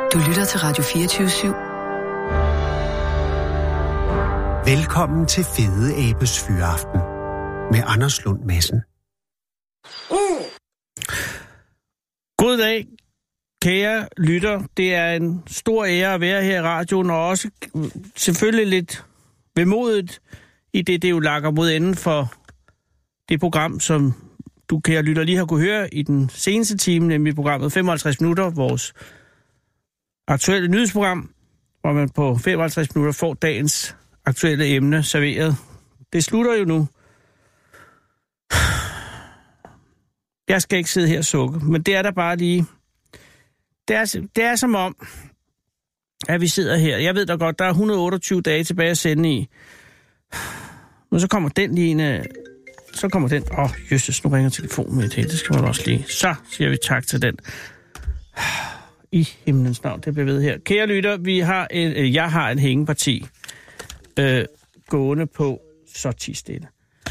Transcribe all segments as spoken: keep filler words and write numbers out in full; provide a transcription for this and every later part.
Du lytter til Radio fireogtyve syv. Velkommen til Fede Abes Fyraften med Anders Lund Madsen. God dag, kære lytter. Det er en stor ære at være her i radioen, og også selvfølgelig lidt vemodigt, i det det jo lakker mod enden for det program, som du, kære lytter, lige har kunne høre i den seneste time, nemlig programmet femoghalvtreds minutter, vores aktuelle nyhedsprogram, hvor man på femoghalvtreds minutter får dagens aktuelle emne serveret. Det slutter jo nu. Jeg skal ikke sidde her og sukke, men det er der bare lige. Det er, det er som om, at vi sidder her. Jeg ved da godt, der er et hundrede og otteogtyve dage tilbage at sende i. Men så kommer den lige en... Så kommer den... Åh, oh, jøsses, nu ringer telefonen med det. Det skal man også lige... Så siger vi tak til den. I himlens navn, det bliver ved her. Kære lytter, vi har en, øh, jeg har en hængeparti øh, gående på så ti stille.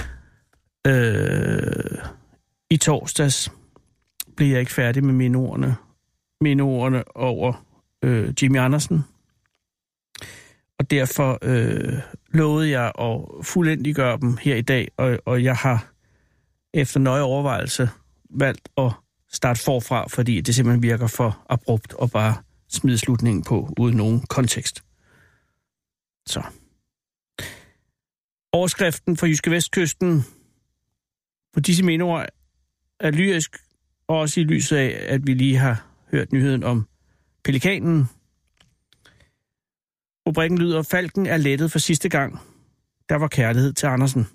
Øh, I torsdags blev jeg ikke færdig med mine ordene, mine ordene over øh, Jimmy Andersen. Og derfor øh, lovede jeg at fuldendiggøre dem her i dag, og, og jeg har efter nøje overvejelse valgt at starte forfra, fordi det simpelthen virker for abrupt og bare smide slutningen på uden nogen kontekst. Så. Overskriften for Jyske Vestkysten på disse meneord er lyrisk, og også i lyset af, at vi lige har hørt nyheden om pelikanen. Rubrikken lyder: Falken er lettet for sidste gang. Der var kærlighed til Andersen.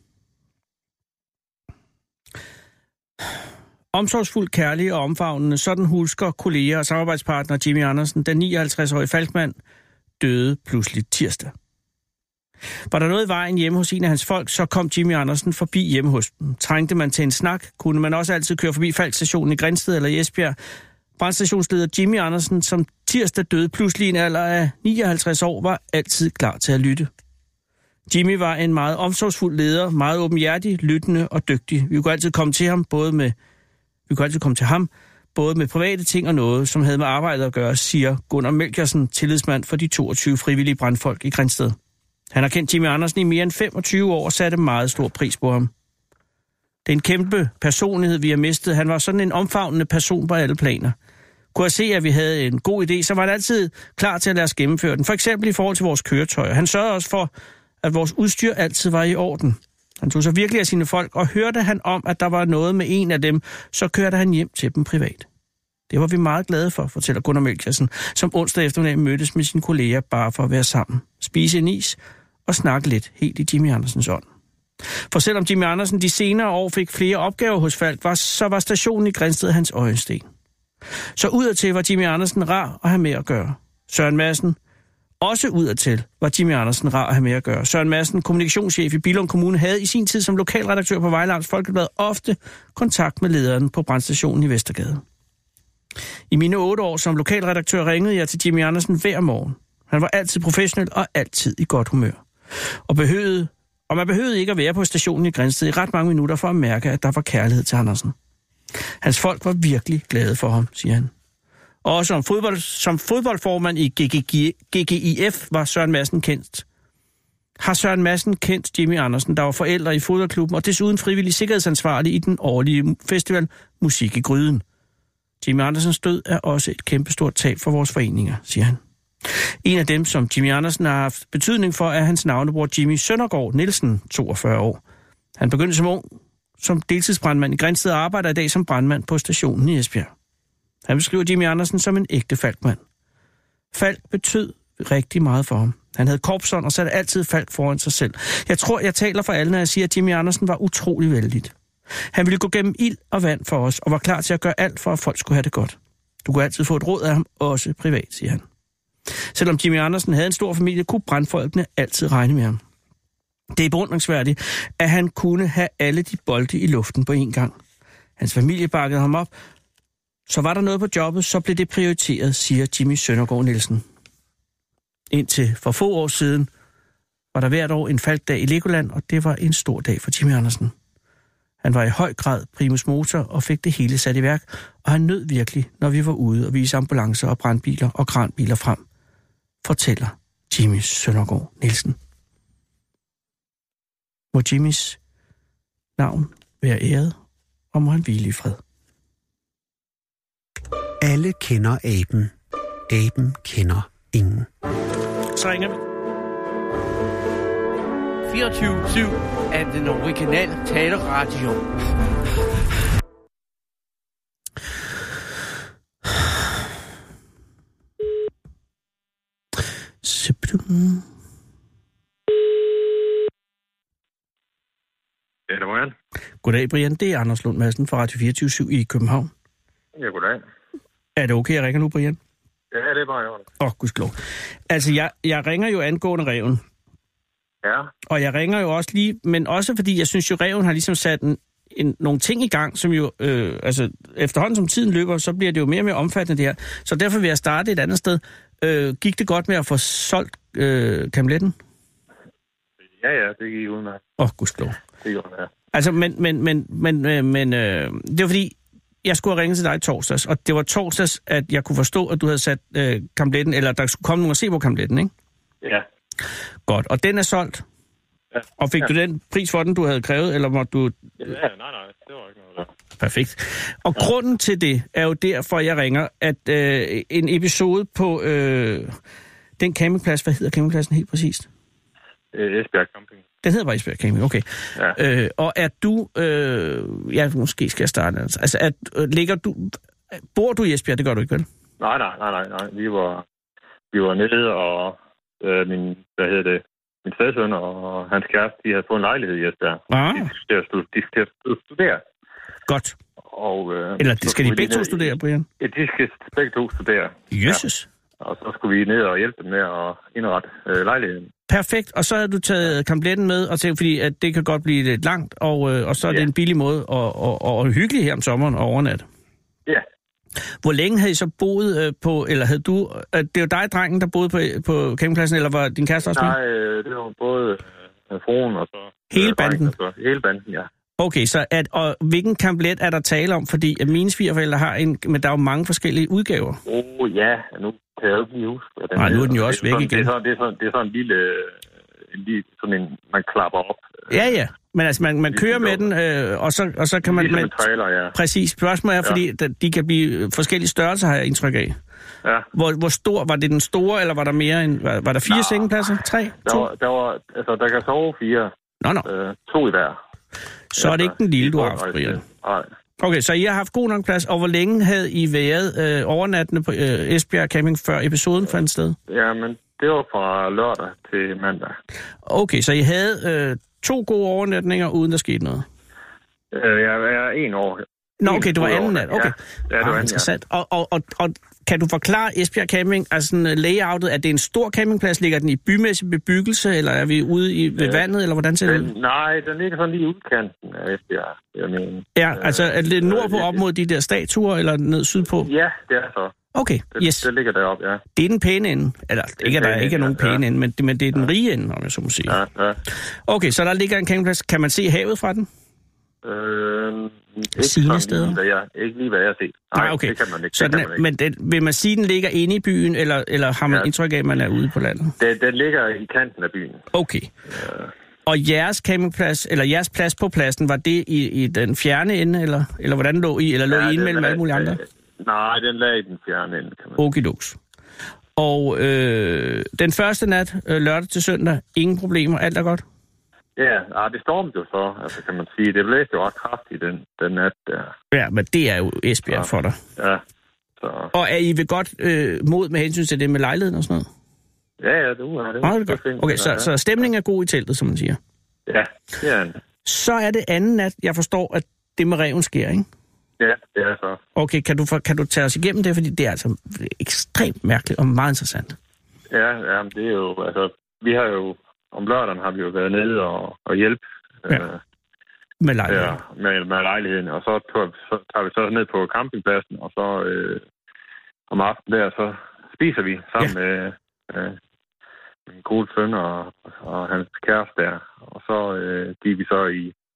Omsorgsfuldt kærlig og omfavnende, sådan husker kolleger og samarbejdspartner Jimmy Andersen, den nioghalvtreds-årige Falkmand, døde pludselig tirsdag. Var der noget i vejen hjemme hos en af hans folk, så kom Jimmy Andersen forbi hjemme hos dem. Trængte man til en snak, kunne man også altid køre forbi Falkstationen i Grindsted eller i Esbjerg. Brandstationsleder Jimmy Andersen, som tirsdag døde pludselig i en alder af nioghalvtreds år, var altid klar til at lytte. Jimmy var en meget omsorgsfuld leder, meget åbenhjertig, lyttende og dygtig. Vi kunne altid komme til ham, både med vi kunne altid komme til ham, både med private ting og noget, som havde med arbejdet at gøre, siger Gunnar Melkersen, tillidsmand for de toogtyve frivillige brandfolk i Grindsted. Han har kendt Jimmy Andersen i mere end femogtyve år og satte meget stor pris på ham. Det er en kæmpe personlighed, vi har mistet. Han var sådan en omfavnende person på alle planer. Kunne jeg se, at vi havde en god idé, så var han altid klar til at lade os gennemføre den. For eksempel i forhold til vores køretøjer. Han sørgede også for, at vores udstyr altid var i orden. Han tog sig virkelig af sine folk, og hørte han om, at der var noget med en af dem, så kørte han hjem til dem privat. Det var vi meget glade for, fortæller Gunnar Melkersen, som onsdag eftermiddag mødtes med sine kolleger bare for at være sammen, spise en is og snakke lidt helt i Jimmy Andersens ånd. For selvom Jimmy Andersen de senere år fik flere opgaver hos Falk, var, så var stationen i Grindsted hans øjesten. Så udadtil var Jimmy Andersen rar at have med at gøre. Søren Madsen, også udadtil var Jimmy Andersen rar at have med at gøre. Søren Madsen, kommunikationschef i Billund Kommune, havde i sin tid som lokalredaktør på Vejle Amts Folkeblad ofte kontakt med lederen på brandstationen i Vestergade. I mine otte år som lokalredaktør ringede jeg til Jimmy Andersen hver morgen. Han var altid professionel og altid i godt humør. Og, behøvede, og man behøvede ikke at være på stationen i Grindsted i ret mange minutter for at mærke, at der var kærlighed til Andersen. Hans folk var virkelig glade for ham, siger han. Og som, fodbold, som fodboldformand i G G I F var Søren Madsen kendt. Har Søren Madsen kendt Jimmy Andersen, der var forældre i fodboldklubben og desuden frivillig sikkerhedsansvarlig i den årlige festival Musik i Gryden. Jimmy Andersens død er også et kæmpestort tab for vores foreninger, siger han. En af dem, som Jimmy Andersen har haft betydning for, er hans navnebror Jimmy Søndergaard Nielsen, toogfyrre år. Han begyndte som ung som deltidsbrandmand i Grindsted og arbejder i dag som brandmand på stationen i Esbjerg. Han beskriver Jimmy Andersen som en ægte Falkmand. Falk betød rigtig meget for ham. Han havde korpsånd og satte altid Falk foran sig selv. Jeg tror, jeg taler for alle, når jeg siger, at Jimmy Andersen var utrolig vældigt. Han ville gå gennem ild og vand for os, og var klar til at gøre alt for, at folk skulle have det godt. Du kunne altid få et råd af ham, også privat, siger han. Selvom Jimmy Andersen havde en stor familie, kunne brandfolkene altid regne med ham. Det er beundringsværdigt, at han kunne have alle de bolde i luften på én gang. Hans familie bakkede ham op. Så var der noget på jobbet, så blev det prioriteret, siger Jimmy Søndergaard Nielsen. Indtil for få år siden var der hvert år en Falkdag i Legoland, og det var en stor dag for Jimmy Andersen. Han var i høj grad primus motor og fik det hele sat i værk, og han nød virkelig, når vi var ude og vise ambulancer og brandbiler og kranbiler frem, fortæller Jimmy Søndergaard Nielsen. Må Jimmys navn være æret, og må han hvile i fred. Alle kender aben. Aben kender ingen. Så ringer vi. fireogtyve syv er den originale taleradio. Sibdum. Ja, det var han. Goddag, Brian. Det er Anders Lund Madsen fra Radio fireogtyve syv i København. Ja, goddag. Er det okay, jeg ringer nu, Brian? Ja, det er bare jo. Åh, oh, gudskelov. Altså, jeg, jeg ringer jo angående Ræven. Ja. Og jeg ringer jo også lige, men også fordi jeg synes jo, Ræven har ligesom sat en, en, nogle ting i gang, som jo, øh, altså efterhånden som tiden løber, så bliver det jo mere og mere omfattende det her. Så derfor vil jeg starte et andet sted. Øh, gik det godt med at få solgt øh, kamletten? Ja, ja, det gik uden af. Åh, oh, gudskelov. Det gjorde det, ja. Altså, men, men, men, men, men, men øh, det var fordi, jeg skulle have ringet til dig i torsdags, og det var torsdags, at jeg kunne forstå, at du havde sat øh, kamletten, eller der skulle komme nogen og se på kamletten, ikke? Ja. Godt, og den er solgt? Ja. Og fik ja. du den pris for den, du havde krævet, eller måtte du... Ja, nej, nej, det var ikke noget der. Perfekt. Og ja. Grunden til det er jo derfor, jeg ringer, at øh, en episode på øh, den campingplads, hvad hedder campingpladsen helt præcist? Øh, Esbjerg Camping. Den hedder bare Esbjerg Camping, okay. Ja. Øh, og er du... Øh, ja, måske skal jeg starte. Altså, at, øh, ligger du... Bor du i Esbjerg? Det gør du ikke, vel? Nej, nej, nej, nej, nej. Vi var, vi var nede, og øh, min, hvad hedder det, min stedsøn og hans kæreste, de havde fået en lejlighed i Esbjerg. Ah. De skulle de skal studere. Godt. Og, øh, Eller skal de begge to ned, studere, Brian? Ja, de skal begge to studere. Jesus. Ja. Og så skulle vi ned og hjælpe dem med at indrette øh, lejligheden. Perfekt, og så havde du taget kampletten med, og tænkt, fordi at det kan godt blive lidt langt, og, øh, og så er det ja. en billig måde at, og, og hyggeligt her om sommeren og overnat. Ja. Hvor længe havde I så boet øh, på, eller havde du, øh, det er jo dig, drengen, der boede på, på campingpladsen, eller var din kæreste også med? Nej, øh, det var både øh, fruen og så... Hele øh, banden? Og så, hele banden, ja. Okay, så at, og hvilken kamplet er der tale om? Fordi at mine svigerforældre har en, men der er jo mange forskellige udgaver. Åh oh, ja, nu kan jeg jo ikke lige huske. Nej, nu er den jo også væk igen. Det er sådan, det er sådan, det er sådan en lille, en lille, sådan en, man klapper op. Ja, ja. Men altså, man, man kører med den, øh, og, så, og så kan man... Ligesom med, en trailer, ja. Præcis. Spørgsmålet er, ja. fordi de kan blive forskellige størrelser, har jeg indtryk af. Ja. Hvor, hvor stor? Var det den store, eller var der mere end... Var, var der fire Nå, sengepladser? Tre? Der To? var, der var... Altså, der kan sove fire. Nå, nå. Øh, to i hver. Så er det ikke den lille, du har haft, Brian. Nej. Okay, så I har haft god nok plads, og hvor længe havde I været øh, overnattende på øh, Esbjerg Camping, før episoden fandt sted? Jamen, det var fra lørdag til mandag. Okay, så I havde øh, to gode overnatninger, uden der skete noget? Øh, jeg er en år. Nå, okay, det var anden nat. Okay. Ja, ja, det var ah, interessant. Ja. Og, og, og, og kan du forklare Esbjerg Camping, altså sådan, layoutet, er det en stor campingplads? Ligger den i bymæssig bebyggelse, eller er vi ude i, ved ja. vandet, eller hvordan ser det ud? Nej, den ligger sådan lige i udkanten af Esbjerg. Jeg mener. Ja, altså er det nordpå op mod de der statuer, eller ned sydpå? Ja, det er så. Okay, det, yes. Det ligger deroppe, ja. Det er den pæne ende. Eller ikke, at der ikke er nogen pæne ja. ende, men, men det er den ja. rige ende, om jeg så må sige. Ja, ja. Okay, så der ligger en campingplads. Kan man se havet fra den? Øh, ikke Sine steder? Lige, hvad jeg, ikke lige, hvad jeg har set. Nej, Nej, okay. Det kan man ikke. Så det den, kan man ikke. Men den, vil man sige, den ligger inde i byen, eller, eller har man ja. indtryk af, at man er ude på landet? Den, den ligger i kanten af byen. Okay. Ja. Og jeres campingplads, eller jeres plads på pladsen, var det i, i den fjerne ende, eller, eller hvordan lå I? Eller lå ja, I mellem alle mulige andre? Øh, nej, den lagde i den fjerne ende, kan man sige. Okidoks. Og øh, den første nat, øh, lørdag til søndag, ingen problemer, alt er godt? Ja, det stormede jo så, altså kan man sige. Det blæste jo ret kraftigt den, den nat der. Ja, men det er jo Esbjerg ja. for dig. Ja. Så. Og er I ved godt øh, mod med hensyn til det med lejligheden og sådan noget? Ja, ja, det er det. Ah, det er godt. Okay, så, så stemningen er god i teltet, som man siger? Ja, det er den. Så er det anden nat, jeg forstår, at det med ræven sker, ikke? Ja, det er så. Okay, kan du, kan du tage os igennem det? Fordi det er altså ekstremt mærkeligt og meget interessant. Ja, ja, det er jo, altså, vi har jo, om lørdagen har vi jo været nede og, og hjælpe. Ja. Øh, med lejligheden. Ja, med, med lejligheden. Og så, tog, så tager vi så ned på campingpladsen, og så øh, om aftenen der, så spiser vi sammen ja. med øh, min gode søn og, og hans kæreste der. Og så øh, gik vi så i,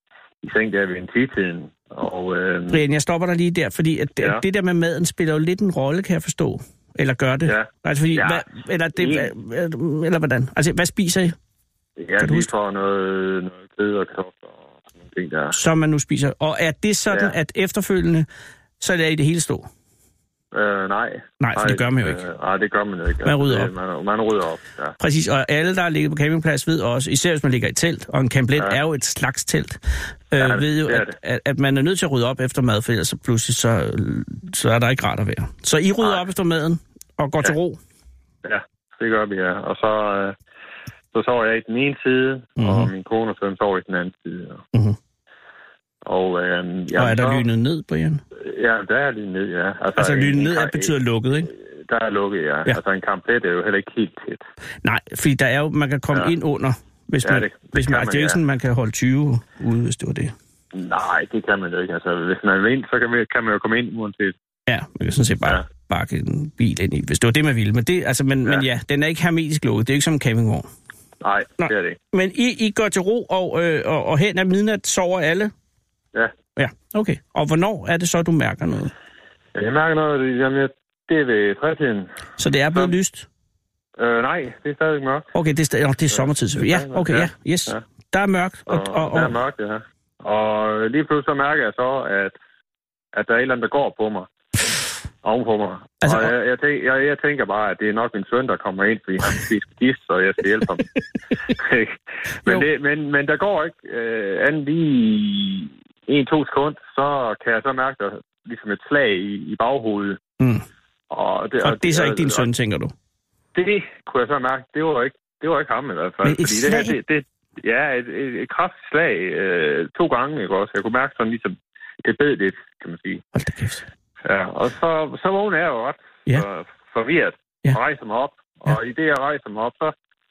i seng der ved en ti-tiden. Og, øh, Brian, jeg stopper dig lige der, fordi at ja. det der med maden spiller jo lidt en rolle, kan jeg forstå. Eller gør det? Ja. Altså, fordi, ja. hvad, eller, det, hvad, eller hvordan? Altså, hvad spiser I? Ja, vi får noget, noget kød og kartofler og sådan nogle ting der. Som man nu spiser. Og er det sådan, ja. at efterfølgende, så er det i det hele stå? Øh, nej. Nej, for det gør man jo ikke. Øh, nej, det gør man jo ikke. Man rydder op. Man, man rydder op, ja. Præcis, og alle, der er ligget på campingplads, ved også, især hvis man ligger i telt, og en camplet ja. er jo et slags telt, øh, ja, ved jo, at, at, at man er nødt til at rydde op efter mad, for ellers så pludselig, så, så er der ikke rart at være. Så I rydder nej. op efter maden, og går ja. til ro? Ja, det gør vi, ja. Og så, øh, så sover jeg i den ene side, mm-hmm. og min kone og søn sover i den anden side. Mm-hmm. Og, øh, jamen, og er der så, lynet ned, Brian? Ja, der er lynet ned, ja. Altså, altså lynet ned en, betyder lukket, ikke? Der er lukket, ja. ja. Altså en kamplet er jo heller ikke helt tæt. Nej, fordi der er jo, man kan komme ja. ind under, hvis man, ja, det, det hvis man, man, det er jo ikke sådan, man kan holde tyve ude, hvis det var det. Nej, det kan man jo ikke. Altså, hvis man vil ind, så kan man, kan man jo komme ind uanset. Ja, man kan sådan set bare ja. bakke en bil ind i, hvis det var det, man ville. Men, det, altså, men, ja. men ja, den er ikke hermetisk lukket. Det er ikke som en campingvogn. Nej, Nå. det er det ikke. Men I, I går til ro, og, øh, og, og hen ad midnat sover alle? Ja. Ja, okay. Og hvornår er det så, du mærker noget? Jeg mærker noget, jamen, det er ved trætiden. Så det er blevet så... lyst? Øh, nej, det er stadig mørkt. Okay, det er, stadig, det er sommertid selvfølgelig. Ja, okay, ja, yes. Ja. Der er mørkt. Og, og, og... Der er mørkt, ja. Og lige pludselig så mærker jeg så, at, at der er et eller andet, der går på mig. Oven på mig. Altså, og jeg, jeg, tænker, jeg, jeg tænker bare, at det er nok min søn, der kommer ind, fordi han skal gifte, så jeg skal hjælpe ham. men, det, men, men der går ikke øh, andet lige en-to sekunder, så kan jeg så mærke, der ligesom et slag i, i baghovedet. Mm. Og, det, og, og det er så og, ikke din søn, og, tænker du? Det kunne jeg så mærke. Det var ikke, det var ikke ham i hvert fald. Men et fordi slag? Det her, det, det, ja, et, et, et kraftigt slag øh, to gange, ikke også? Jeg kunne mærke sådan ligesom, det bed lidt, kan man sige. Hold da kæft. Ja, og så, så vågner jeg jo ret ja. for, forvirret og ja. rejser mig op. Og ja. i det, jeg rejser mig op, så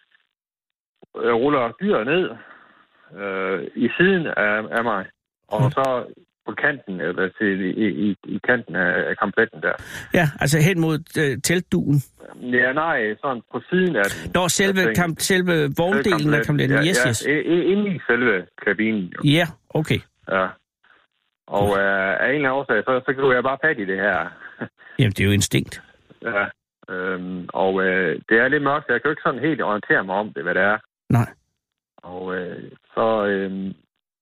øh, ruller dyret ned øh, i siden af, af mig. Og okay. så på kanten, eller til, i, i, i kanten af, af kampletten der. Ja, altså hen mod øh, teltduen. Ja, nej, sådan på siden af den. Nå, selve, kamp, selve vogndelen af kampletten, ja, yes, ja, yes. Inde i selve kabinen. Jo. Ja, okay. Ja. Og øh, af en eller anden årsag, så, så kunne jeg bare fat i det her. Jamen, det er jo instinkt. Ja, øhm, og øh, det er lidt mørkt, så jeg kan jo ikke sådan helt orientere mig om det, hvad det er. Nej. Og øh, så, øh,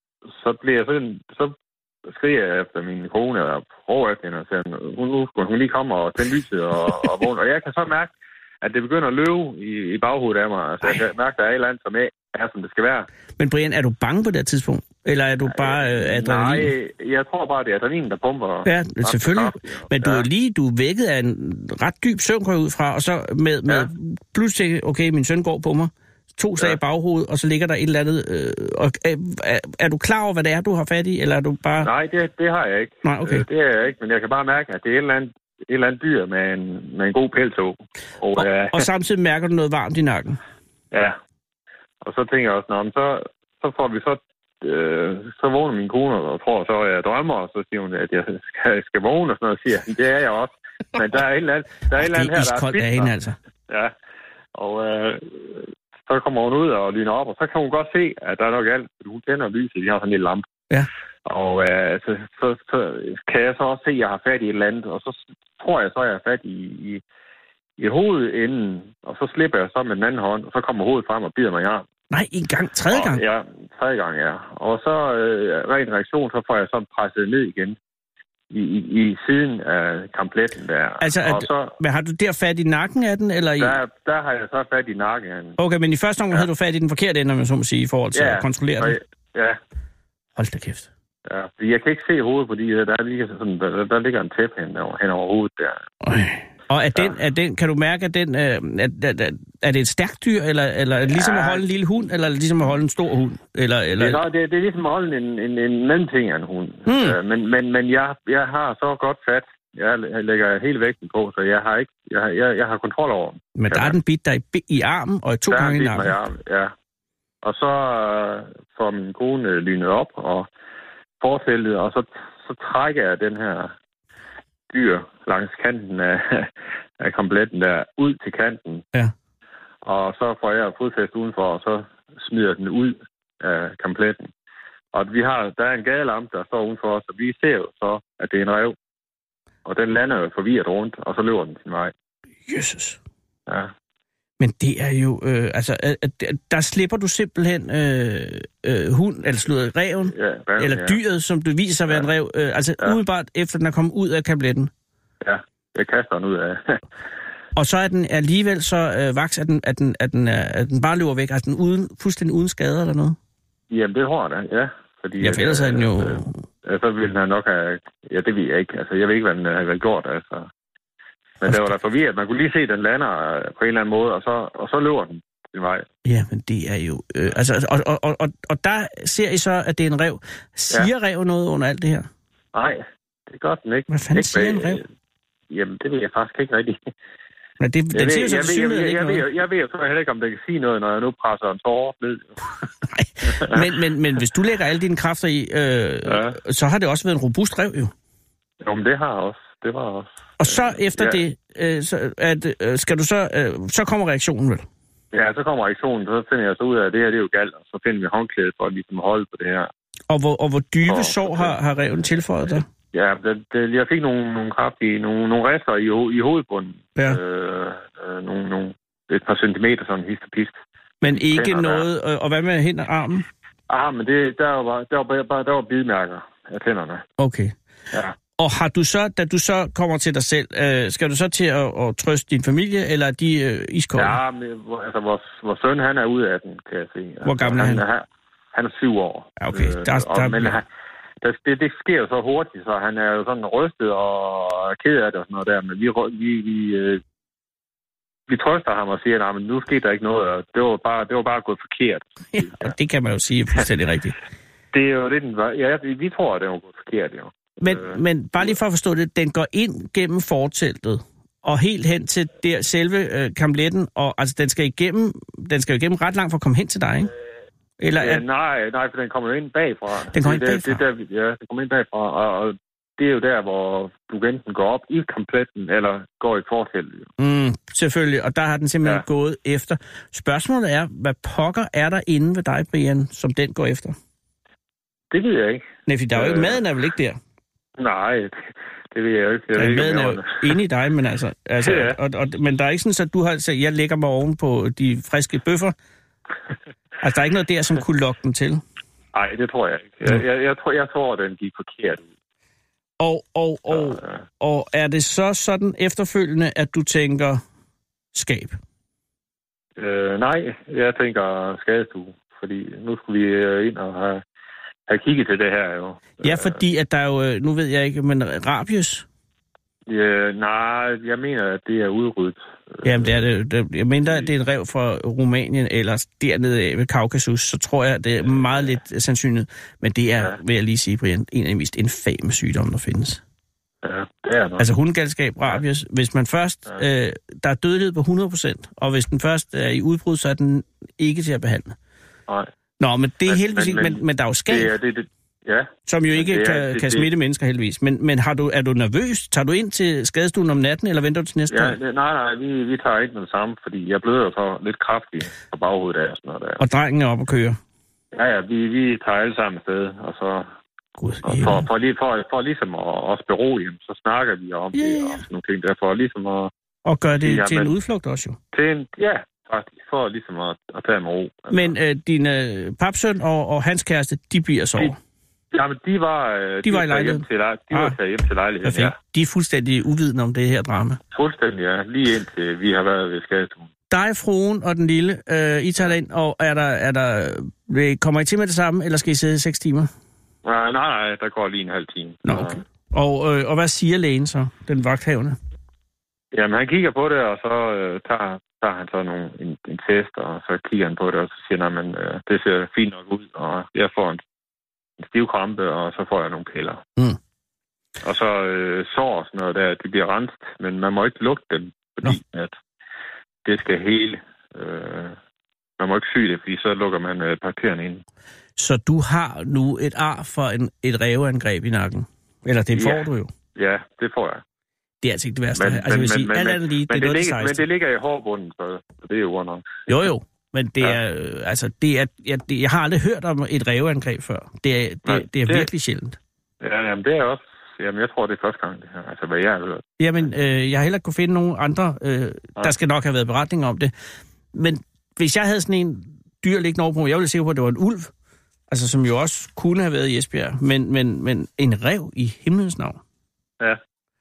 så bliver jeg sådan, så skriger jeg efter min kone, og prøver efter hende, og siger, hun, nu skulle hun lige komme og tænde lyset og, og vågne. Og jeg kan så mærke, at det begynder at løbe i, i baghovedet af mig. Altså, jeg kan mærke, at der er et eller andet, som er, som det skal være. Men Brian, er du bange på det tidspunkt? Eller er du bare øh, adrenalin? Nej, jeg tror bare, det er adrenalin, der pumper. Ja, selvfølgelig. Men du ja. er lige du er vækket af en ret dyb søvn, går ud fra, og så med, med ja. pludselig, okay, min søn går på mig, to slag ja. i baghovedet, og så ligger der et eller andet... Øh, og, er, er, er du klar over, hvad det er, du har fat i, eller er du bare... Nej, det, det har jeg ikke. Nej, okay. Det er jeg ikke, men jeg kan bare mærke, at det er et eller andet, et eller andet dyr med en, med en god peltog. Og, og, øh, og samtidig mærker du noget varmt i nakken? Ja. Og så tænker jeg også, nå, så, så får vi så... Øh, så vågner min kone og tror så, at jeg drømmer, og så siger hun, at jeg skal, skal vågne, og sådan noget, og siger, det er jeg også. Men der er et eller andet, der er et eller andet her, der er spidt. Hende, altså. Ja. Og øh, så kommer hun ud og lyner op, og så kan hun godt se, at der er nok alt. Hun tænder lyset, de har sådan en lille lampe. Ja. Og øh, så, så, så kan jeg så også se, at jeg har fat i et eller andet, og så tror jeg så, at jeg har fat i, i, i hovedenden, og så slipper jeg så med den anden hånd, og så kommer hovedet frem og bider mig i armen. Nej, en gang. Tredje gang? Og, ja, tredje gang, ja. Og så øh, ren reaktion, så får jeg så presset ned igen i, i, i siden af kampletten der. Altså, at, så, men har du der fat i nakken af den, eller i... Der, der har jeg så fat i nakken af den. Okay, men i første omgang ja. havde du fat i den forkerte ende, om jeg så må sige, i forhold til ja, at kontrollere den? Ja. Hold da kæft. Ja, jeg kan ikke se hovedet, fordi der, ligger sådan, der, der ligger en tæppe hen over, hen over hovedet der. Øj. Og er den, ja. er den, kan du mærke, at den, er, er, er det et stærkt dyr, eller, eller er det ligesom ja. at holde en lille hund, eller er det ligesom at holde en stor hund? Eller, eller... Det, er, det, det er ligesom at holde en, en, en anden ting af en hund. Hmm. Uh, men men, men jeg, jeg har så godt fat, jeg lægger hele vægten på, så jeg har ikke, jeg, jeg, jeg har kontrol over den. Men der er den bit der i, i armen, og to der gange i nakken? Der er den bit mig i armen, ja. Og så uh, får min kone lynet op, og fortællet, og så, så trækker jeg den her dyr langs kanten af, af kompletten der, ud til kanten. Ja. Og så får jeg fodfæst udenfor, og så smider den ud af kompletten. Og vi har, der er en gadelampe, der står udenfor os, og vi ser jo så, at det er en ræv. Og den lander jo forvirret rundt, og så løber den sin vej. Jesus. Ja. Men det er jo, øh, altså, øh, der slipper du simpelthen øh, øh, hund, eller slået reven, ja, rev, eller ja. dyret, som du viser sig at være ja. en rev, øh, altså ja. umiddelbart efter den er kommet ud af kabletten. Ja, jeg kaster den ud af. Og så er den alligevel så øh, vaks, at den, at, den, at, den, at den bare løber væk, altså den uden, fuldstændig uden skader eller noget? Jamen, det har den, ja. Fordi, ja, for ellers er den jo... Øh, så ville den nok have... Ja, det ved jeg ikke. Altså, jeg ved ikke, hvad den havde gjort, altså. Men det var da forvirret. Man kunne lige se, at den lander på en eller anden måde, og så, og så løber den sin vej. Ja, men det er jo... Øh, altså, og, og, og, og der ser I så, at det er en rev. Siger ja. rev noget under alt det her? Nej, det gør den ikke. Hvad fanden ikke siger en rev? Jamen, det ved jeg faktisk ikke rigtigt. Men det, den siger jo så til synligheden ikke noget. Jeg, jeg, jeg ved jo så heller ikke, om det kan sige noget, når jeg nu presser en tårer ned. Nej, men, men, men hvis du lægger alle dine kræfter i, øh, ja. så har det også været en robust rev jo. Jo, men det har også. Det var også. Og så efter ja. det, øh, så, at, øh, skal du så, øh, så kommer reaktionen vel? Ja, så kommer reaktionen, så finder jeg så ud af, at det her det er jo galt, og så finder vi håndklædet for at ligesom holde på det her. Og hvor, og hvor dybe og, sår har, har reven tilføjet dig? Ja, det, det, jeg fik nogle, nogle kraftige, nogle, nogle rester i, i hovedbunden. Ja. Øh, øh, nogle, nogle, et par centimeter sådan hist og pist. Men ikke Tænder noget, der. Og hvad med hen og armen? Armen, det, der var, der var bare der var bidmærker af tænderne. Okay. Ja. Og har du så, da du så kommer til dig selv, øh, skal du så til at, at trøste din familie, eller er de øh, iskolde? Ja, men, altså vores, vores søn, han er ude af den, kan jeg se. Altså, hvor gammel er han? Han er, han er syv år. Ja, okay. Øh, der, og, der, men han, der, det, det sker jo så hurtigt, så han er jo sådan rystet og ked af det og sådan noget der, men vi, vi, vi, øh, vi trøster ham og siger, at nu skete der ikke noget, og det var bare, det var bare gået forkert. Ja, og det kan man jo sige fuldstændig rigtigt. Det er jo det, den var. Ja, vi tror, at det var gået forkert, jo. Men, øh, men bare lige for at forstå det, den går ind gennem forteltet og helt hen til der selve øh, kampletten, og altså den skal igennem, den skal igennem ret langt for at komme hen til dig, ikke? Eller ja, at... nej, nej, for den kommer jo ind bagfra. Den kommer ind det, bagfra? Det, det der, ja, den kommer ind bagfra, og, og det er jo der, hvor du enten går op i kampletten, eller går i forteltet. Mm, selvfølgelig, og der har den simpelthen ja. gået efter. Spørgsmålet er, hvad pokker er der inde ved dig, Brian, som den går efter? Det ved jeg ikke. Nej, for der er jo ikke, maden er vel ikke der? Nej, det, det ved jeg jo ikke. Jeg ja, ikke maden er jo inde i dig, men altså... altså ja. og, og, men der er ikke sådan, at du har sagt, jeg lægger mig oven på de friske bøffer. Altså, der er ikke noget der, som kunne lokke den til? Nej, det tror jeg ikke. Jeg, jeg, jeg, tror, jeg tror, at den gik forkert. Og, og, og, så, ja. og er det så sådan efterfølgende, at du tænker skab? Øh, nej, jeg tænker skadestue. Fordi nu skulle vi ind og have... Jeg har kigget til det her, jo. Ja, fordi at der er jo, nu ved jeg ikke, men rabies? Ja, nej, jeg mener, at det er udryddet. Jamen, det er det. Jeg mener, at det er en rev fra Rumænien, eller dernede ved Kaukasus, så tror jeg, det er meget lidt sandsynligt. Men det er, ja. vil jeg lige sige, Brian, en af de mest infame sygdomme, der findes. Ja, det er nok. Altså hundegalskab, rabies, hvis man først, ja. øh, der er dødelighed på hundrede procent, og hvis den først er i udbrud, så er den ikke til at behandle. Nej. Nå, men det er heldigvis ikke, men, men der er jo skab, det er, det, det, ja. som jo ikke det er, kan, det, kan smitte det. mennesker heldigvis. Men, men har du, er du nervøs? Tager du ind til skadestuen om natten, eller venter du til næste ja, dag? Nej, nej, vi, vi tager ikke med det samme, fordi jeg bløder så lidt kraftigt på baghovedet af og sådan noget der. Og drengen er op og kører? Ja, ja, vi, vi tager alle sammen afsted, og så... God, og for, for, for, for, for ligesom at os berolige, så snakker vi om ja, ja. det og sådan nogle ting der, for ligesom at... Og gør det ja, til men, en udflugt også jo? Til en, ja, faktisk, for ligesom at, at tage med ro. Altså. Men øh, din øh, papsøn og, og hans kæreste, de bliver så over? Jamen, de var... Øh, de, de var i lejligheden? Til, de ah, var taget hjem til lejligheden, perfekt. Ja. De er fuldstændig uvidende om det her drama? Fuldstændig, ja. Lige indtil vi har været ved skadestuen. Dig, fruen og den lille, øh, I tager ind, og er der, er der, kommer I til med det samme, eller skal I sidde i seks timer? Nej, nej, nej, der går lige en halv time. Nå, okay. Og, øh, og hvad siger lægen så, den vagthavende? Jamen, han kigger på det, og så øh, tager, tager han så nogle, en, en test, og så kigger han på det, og så siger han, at øh, det ser fint nok ud, og jeg får en, en stiv krampe, og så får jeg nogle piller. Mm. Og så øh, sår og sådan noget der, det bliver renset, men man må ikke lugte dem, fordi Nå. at det skal hele... Øh, man må ikke sy det, fordi så lukker man øh, bakterierne ind. Så du har nu et ar for en, et ræveangreb i nakken? Eller det får ja. du jo? Ja, det får jeg. Det er altså ikke det værste. Men, altså, jeg vil sige, men, alt men, andet lige, det men, er det noget ligger, men det ligger i hårbunden, så, så det er jo nok. Jo, jo. Men det Ja. er, øh, altså, det er, jeg, det, jeg har aldrig hørt om et ræveangreb før. Det er, det, Nej, det er det- virkelig sjældent. Ja, jamen det er også... Jamen, jeg tror, det er første gang, det her. Altså, hvad jeg har hørt. Jamen, øh, jeg har heller ikke kunne finde nogen andre. Øh, der skal nok have været beretninger om det. Men hvis jeg havde sådan en dyr liggende over på mig, jeg ville sikker på, at det var en ulv. Altså, som jo også kunne have været i Esbjerg. Men, men, men en ræv i himlens navn. Ja.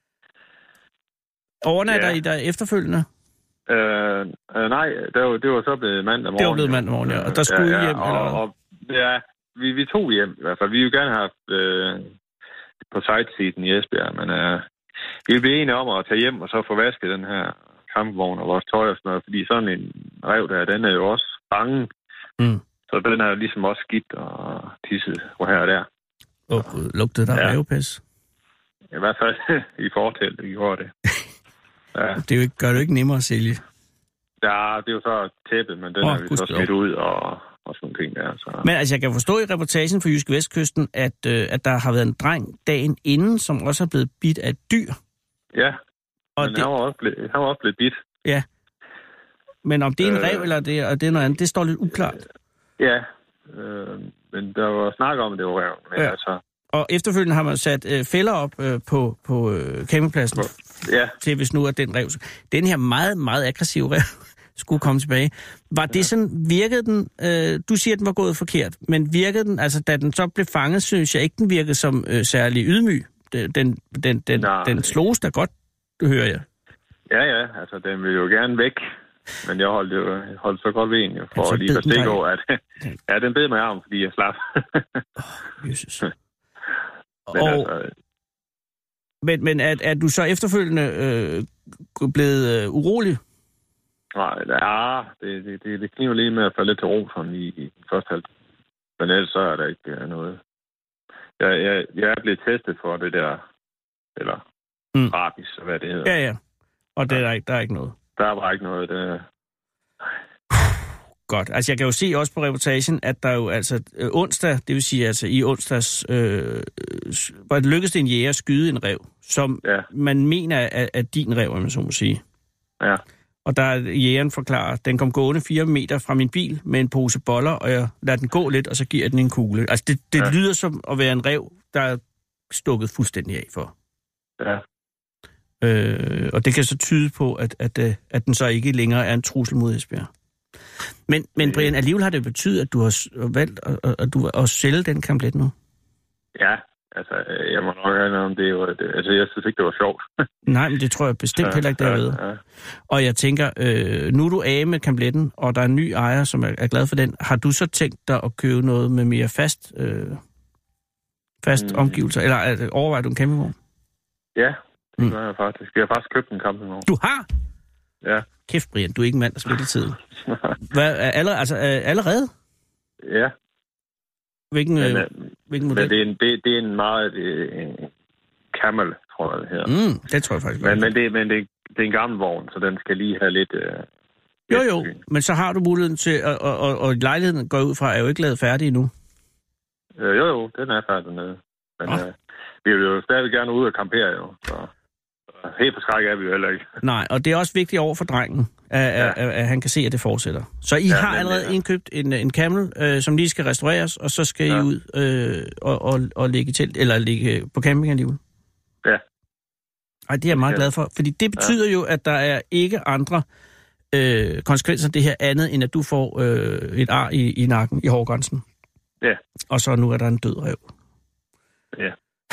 Overnatter Ja. I der efterfølgende? Øh, øh, nej, det var, det var så blevet mandag morgen. Det var blevet mandag morgen, ja. Og der skulle I ja, ja, hjem, og, eller? Og, ja, vi, vi tog hjem i hvert fald. Vi ville gerne have øh, på sightseeing i Esbjerg, men øh, vi blev enige om at tage hjem og så få vasket den her kampvogn og vores tøj og sådan noget, fordi sådan en rev der, den er jo også bange. Mm. Så den er jo ligesom også skidt og tisset hvor her og der. Åh oh, gud, lugtede der Ja. rævepis? I hvert fald i fortællet, vi gjorde det. Ja. Det er jo ikke, gør det jo ikke nemmere at sælge. Ja, det er jo så tæppet, men den Åh, oh, er vi så gudskelov. smidt ud og, og sådan nogle ting der. Så. Men altså, jeg kan forstå i reportagen fra Jyske Vestkysten, at, øh, at der har været en dreng dagen inden, som også er blevet bidt af et dyr. Ja, Og men det, han, var også blevet, han var også blevet bidt. ja. Men om det er en Øh. rev, eller det, og det er noget andet, det står lidt uklart. Ja, øh, men der var snak om, at det var rev. Men Ja. altså, Og efterfølgende har man sat øh, fælder op øh, på, på øh, campingpladsen, ja, til hvis nu er den rev. Den her meget, meget aggressive rev skulle komme tilbage. Var det sådan, virkede den, øh, du siger, at den var gået forkert, men virkede den, altså da den så blev fanget, synes jeg ikke, den virkede som øh, særlig ydmyg. Den, den, den, den, Nej. den slogs da godt, det hører jeg. ja, ja, altså den ville jo gerne væk. Men jeg holdt jo holdt så godt ved en, jo, for så at lige bed at den stikke dig. over, at ja, den bed mig i armen, fordi jeg slap. Jesus. men Og, altså, men, men er, er du så efterfølgende øh, blevet øh, urolig? nej, ja, det, det, det, det kniver lige med at falde lidt til ro sådan i, i første halv. Men ellers så er der ikke uh, noget. Jeg, jeg, jeg er blevet testet for det der, eller Mm. mm. rabies, hvad det hedder. Ja, ja. Og det er der, ikke, der er ikke noget. Der er bare ikke noget. Det, Godt. Altså, jeg kan jo se også på reportagen, at der jo altså øh, onsdag, det vil sige altså i onsdags, øh, s- var det lykkedes det en jæger at skyde en rev, som ja, man mener er, er din rev, om man så må sige. ja, Og der er jægeren forklarer, den kom gående fire meter fra min bil med en pose boller, og jeg lader den gå lidt, og så giver jeg den en kugle. Altså, det, det Ja. lyder som at være en rev, der er stukket fuldstændig af for. ja. Øh, og det kan så tyde på, at, at, øh, at den så ikke længere er en trussel mod Esbjerg. Men, men Brian, alligevel har det betydet, at du har s- valgt at, at, at, du, at sælge den kamplet nu? Ja, altså, jeg må nok have om det. Var, det altså, jeg synes ikke, det var sjovt. Nej, men det tror jeg bestemt heller ikke, det er ved. Ja, ja. Og jeg tænker, øh, nu er du af med kampletten, og der er en ny ejer, som er, er glad for den. Har du så tænkt dig at købe noget med mere fast, øh, fast Mm. mm. omgivelser? Eller øh, overvejer du en campingvogn? Ja, det Mm. gør jeg faktisk. Jeg har faktisk købt en campingvogn. Du har? Ja. Kæft, Brian, du er ikke en mand, der spiller tid. Hvad, er allerede, altså, er allerede? ja, Hvilken, men, øh, øh, hvilken men model? det, er en, det, det er en meget øh, en Camel, tror jeg, det hedder. Mm, det tror jeg faktisk Men, godt. men, det, men det, det er en gammel vogn, så den skal lige have lidt... Øh, Jo, jo, eftersyn. men så har du muligheden til, og, og, og, og lejligheden går ud fra, er jo ikke lavet færdig endnu. Øh, jo, jo, den er færdig dernede. Men Nå. øh, vi vil jo stadig gerne ud og campere, jo. Så, så helt på skræk er vi jo heller ikke. Nej, og det er også vigtigt over for drengen, at, ja. at, at, at han kan se, at det fortsætter. Så I Ja, har men, allerede ja. indkøbt en, en Camel, øh, som lige skal restaureres, og så skal Ja. I ud øh, og, og, og ligge til, eller ligge på camping alligevel. Ja. Ej, det er jeg meget Ja. glad for, fordi det betyder ja. jo, at der er ikke andre øh, konsekvenser af det her andet, end at du får øh, et ar i, i nakken, i hårgrænsen. Ja. Og så nu er der en død rev. Ja.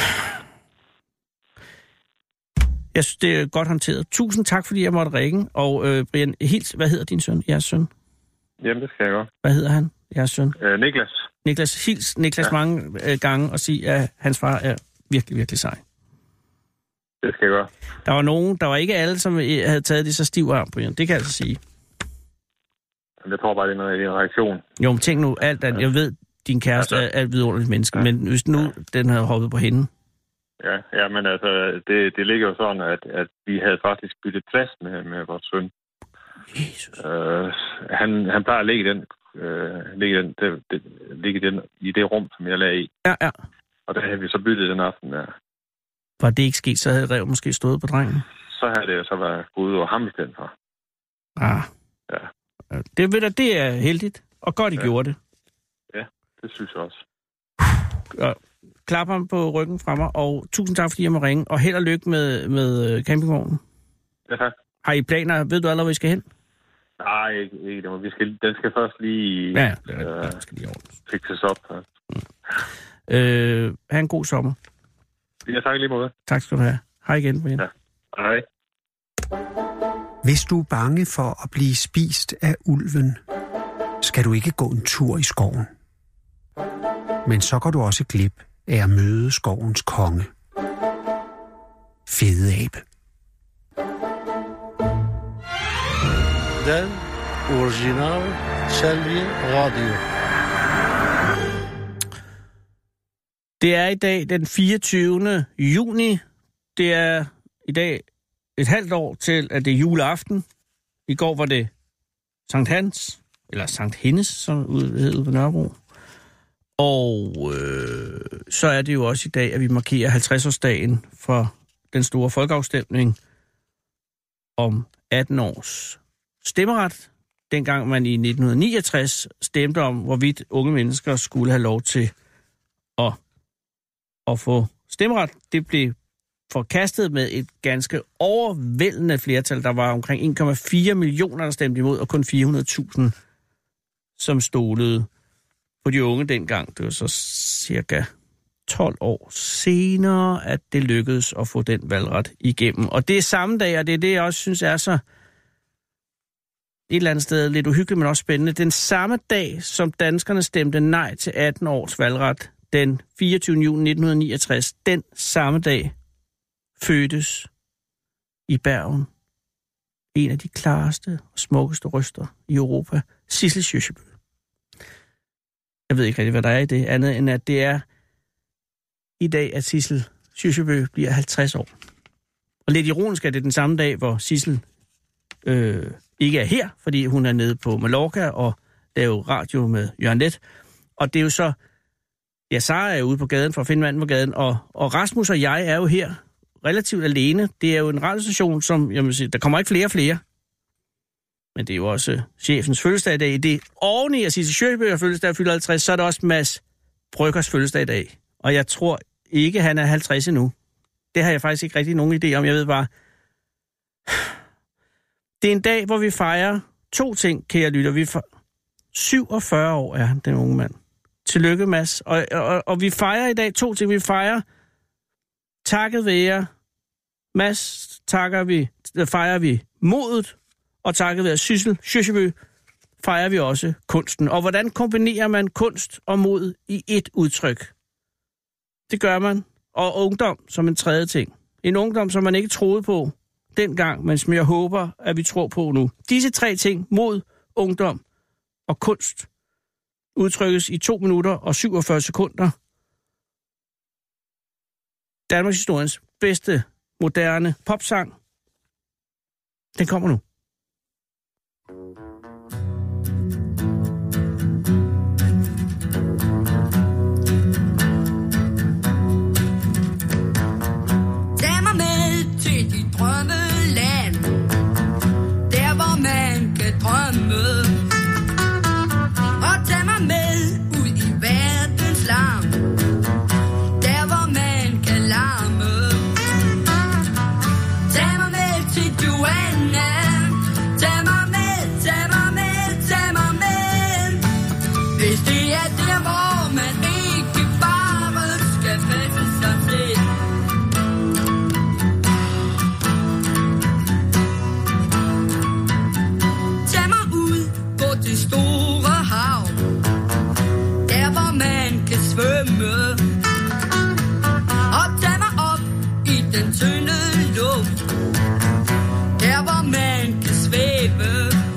Jeg synes, det er godt håndteret. Tusind tak, fordi jeg måtte ringe. Og øh, Brian, helt, hvad hedder din søn? Jeres søn? Jamen, det skal jeg godt. Hvad hedder han? Jeres søn? Øh, Niklas. Niklas. Hils Niklas ja. mange øh, gange og sige, at hans far er virkelig, virkelig sej. Det skal jeg gøre. Der var nogen, der var ikke alle, som øh, havde taget det så stiv arm, Brian. Det kan jeg altså sige. Men jeg tror bare, det er noget i en reaktion. Jo, men tænk nu, alt andet. Jeg ved, din kæreste Altså. er et vidunderligt menneske, Ja. men hvis nu den havde hoppet på hende. Ja, ja, men altså, det, det ligger jo sådan, at, at vi havde faktisk byttet plads med, med vores søn. Jesus. Øh, han, han plejer at ligge i den, øh, ligge, i den, det, det, ligge i den, i det rum, som jeg lagde i. Ja, ja. Og der havde vi så byttet den aften der. Var det ikke sket, så havde rev måske stået på drengen. Så havde det jo så været gået ud over ham i stedet for. Ah. Ja. Det, ved du, det er heldigt, og godt I ja. gjorde det. Ja, det synes jeg også. Og klap ham på ryggen fra mig, og tusind tak, fordi jeg må ringe, og held og lykke med, med campingvognen. Ja, tak. Har I planer? Ved du allerede, hvor I skal hen? Nej, ikke. ikke. Vi skal, den skal først lige, ja, det er, øh, den skal lige fikses op. Ja. Mm. Øh, ha' en god sommer. Ja, tak lige måde. Tak skal du have. Hej igen, Brian. Ja. Hej. Hvis du er bange for at blive spist af ulven, skal du ikke gå en tur i skoven. Men så går du også glip af at møde skovens konge. Fede abe. Den original Sælge Radio. Det er i dag den fireogtyvende juni. Det er i dag et halvt år til, at det er juleaften. I går var det Sankt Hans, eller Sankt Hennes, som hed på Nørrebro. Og øh, så er det jo også i dag, at vi markerer halvtreds-årsdagen for den store folkeafstemning om atten års stemmeret. Dengang man i nitten niogtres stemte om, hvorvidt unge mennesker skulle have lov til at, at få stemmeret. Det blev forkastet med et ganske overvældende flertal. Der var omkring en komma fire millioner, der stemte imod, og kun fire hundrede tusind, som stolede på de unge dengang. Det var så cirka tolv år senere, at det lykkedes at få den valgret igennem. Og det er samme dag, og det er det, jeg også synes er så et eller andet sted lidt uhyggeligt, men også spændende. Den samme dag, som danskerne stemte nej til atten års valgret, den fireogtyvende juni nitten niogtres, den samme dag fødtes i Bergen en af de klareste og smukkeste røster i Europa, Sissel Kyrkjebø. Jeg ved ikke rigtig, hvad der er i det, andet end at det er i dag, at Sissel Kyrkjebø bliver halvtreds år. Og lidt ironisk er det den samme dag, hvor Sissel øh, ikke er her, fordi hun er nede på Mallorca og laver radio med Jørgen Leth. Og det er jo så, ja, Sara er ude på gaden for at finde manden på gaden, og, og Rasmus og jeg er jo her relativt alene. Det er jo en radiostation, som, jeg vil sige, der kommer ikke flere og flere. Men det er jo også chefens fødselsdag i dag. Det er oveni at sige til Kyrkjebø og fødselsdag fylder halvtreds, så er det også Mads Bryggers fødselsdag i dag. Og jeg tror ikke, han er halvtreds endnu. Det har jeg faktisk ikke rigtig nogen idé om. Jeg ved bare, det er en dag, hvor vi fejrer to ting, kære lytter. Vi for syvogfyrre år er han, den unge mand. Tillykke, Mads. Og, og, og vi fejrer i dag to ting. Vi fejrer takket være Mads, takker vi, fejrer vi modet, og takket være Sissel Kyrkjebø fejrer vi også kunsten. Og hvordan kombinerer man kunst og mod i et udtryk? Det gør man. Og ungdom som en tredje ting. En ungdom, som man ikke troede på dengang, men som jeg håber, at vi tror på nu. Disse tre ting, mod, ungdom og kunst, udtrykkes i to minutter og syvogfyrre sekunder. Danmarks historiens bedste moderne popsang. Den kommer nu. Tag mig med til dit drømmeland, der hvor man kan drømme. Og tag mig med ud i verdens larm, der hvor man kan larme. Tag mig med til Joanna, tag mig med, tag mig med, tag mig med. Hvis det er der, hvor man ikke bare skal feste sig til. Tag mig ud på det store hav, der hvor man kan svømme. Og tag mig op i den tynde luft, der hvor man kan svæve.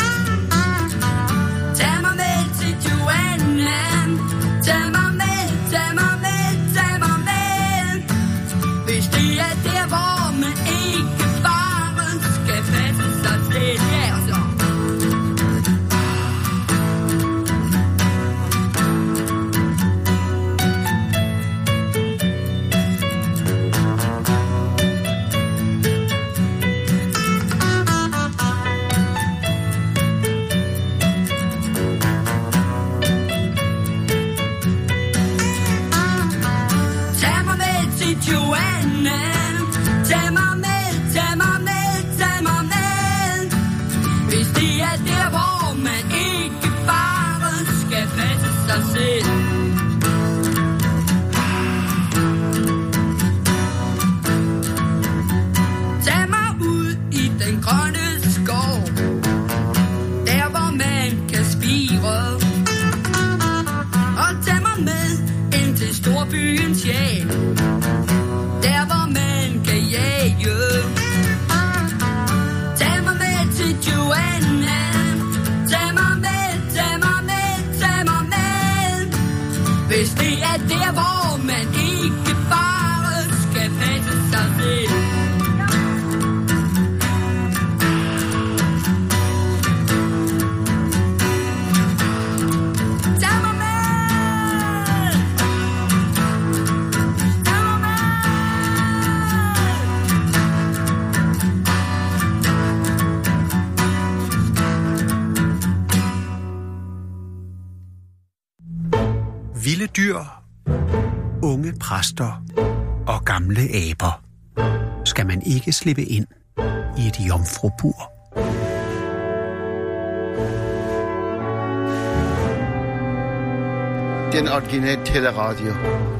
Tag mig med til Joanna, tag mig med, tag mig med, tag mig med. Hvis det er der, hvor man ikke bare skal passe sig selv. Ja, så. det er der, hvor man ikke bare skal passe sig selv. Tag mig ud i den grønne skov, der hvor man kan spire, og tag mig med ind til storbyens jag, der hvor man kan jage. Tag mig med til Joanna, tag mig med, tag mig med, tag mig med. Hvis det er der, hvor man ikke bare skal passe sig selv. Vilde dyr, unge præster og gamle aber skal man ikke slippe ind i et jomfrubur. Den originale teleradio.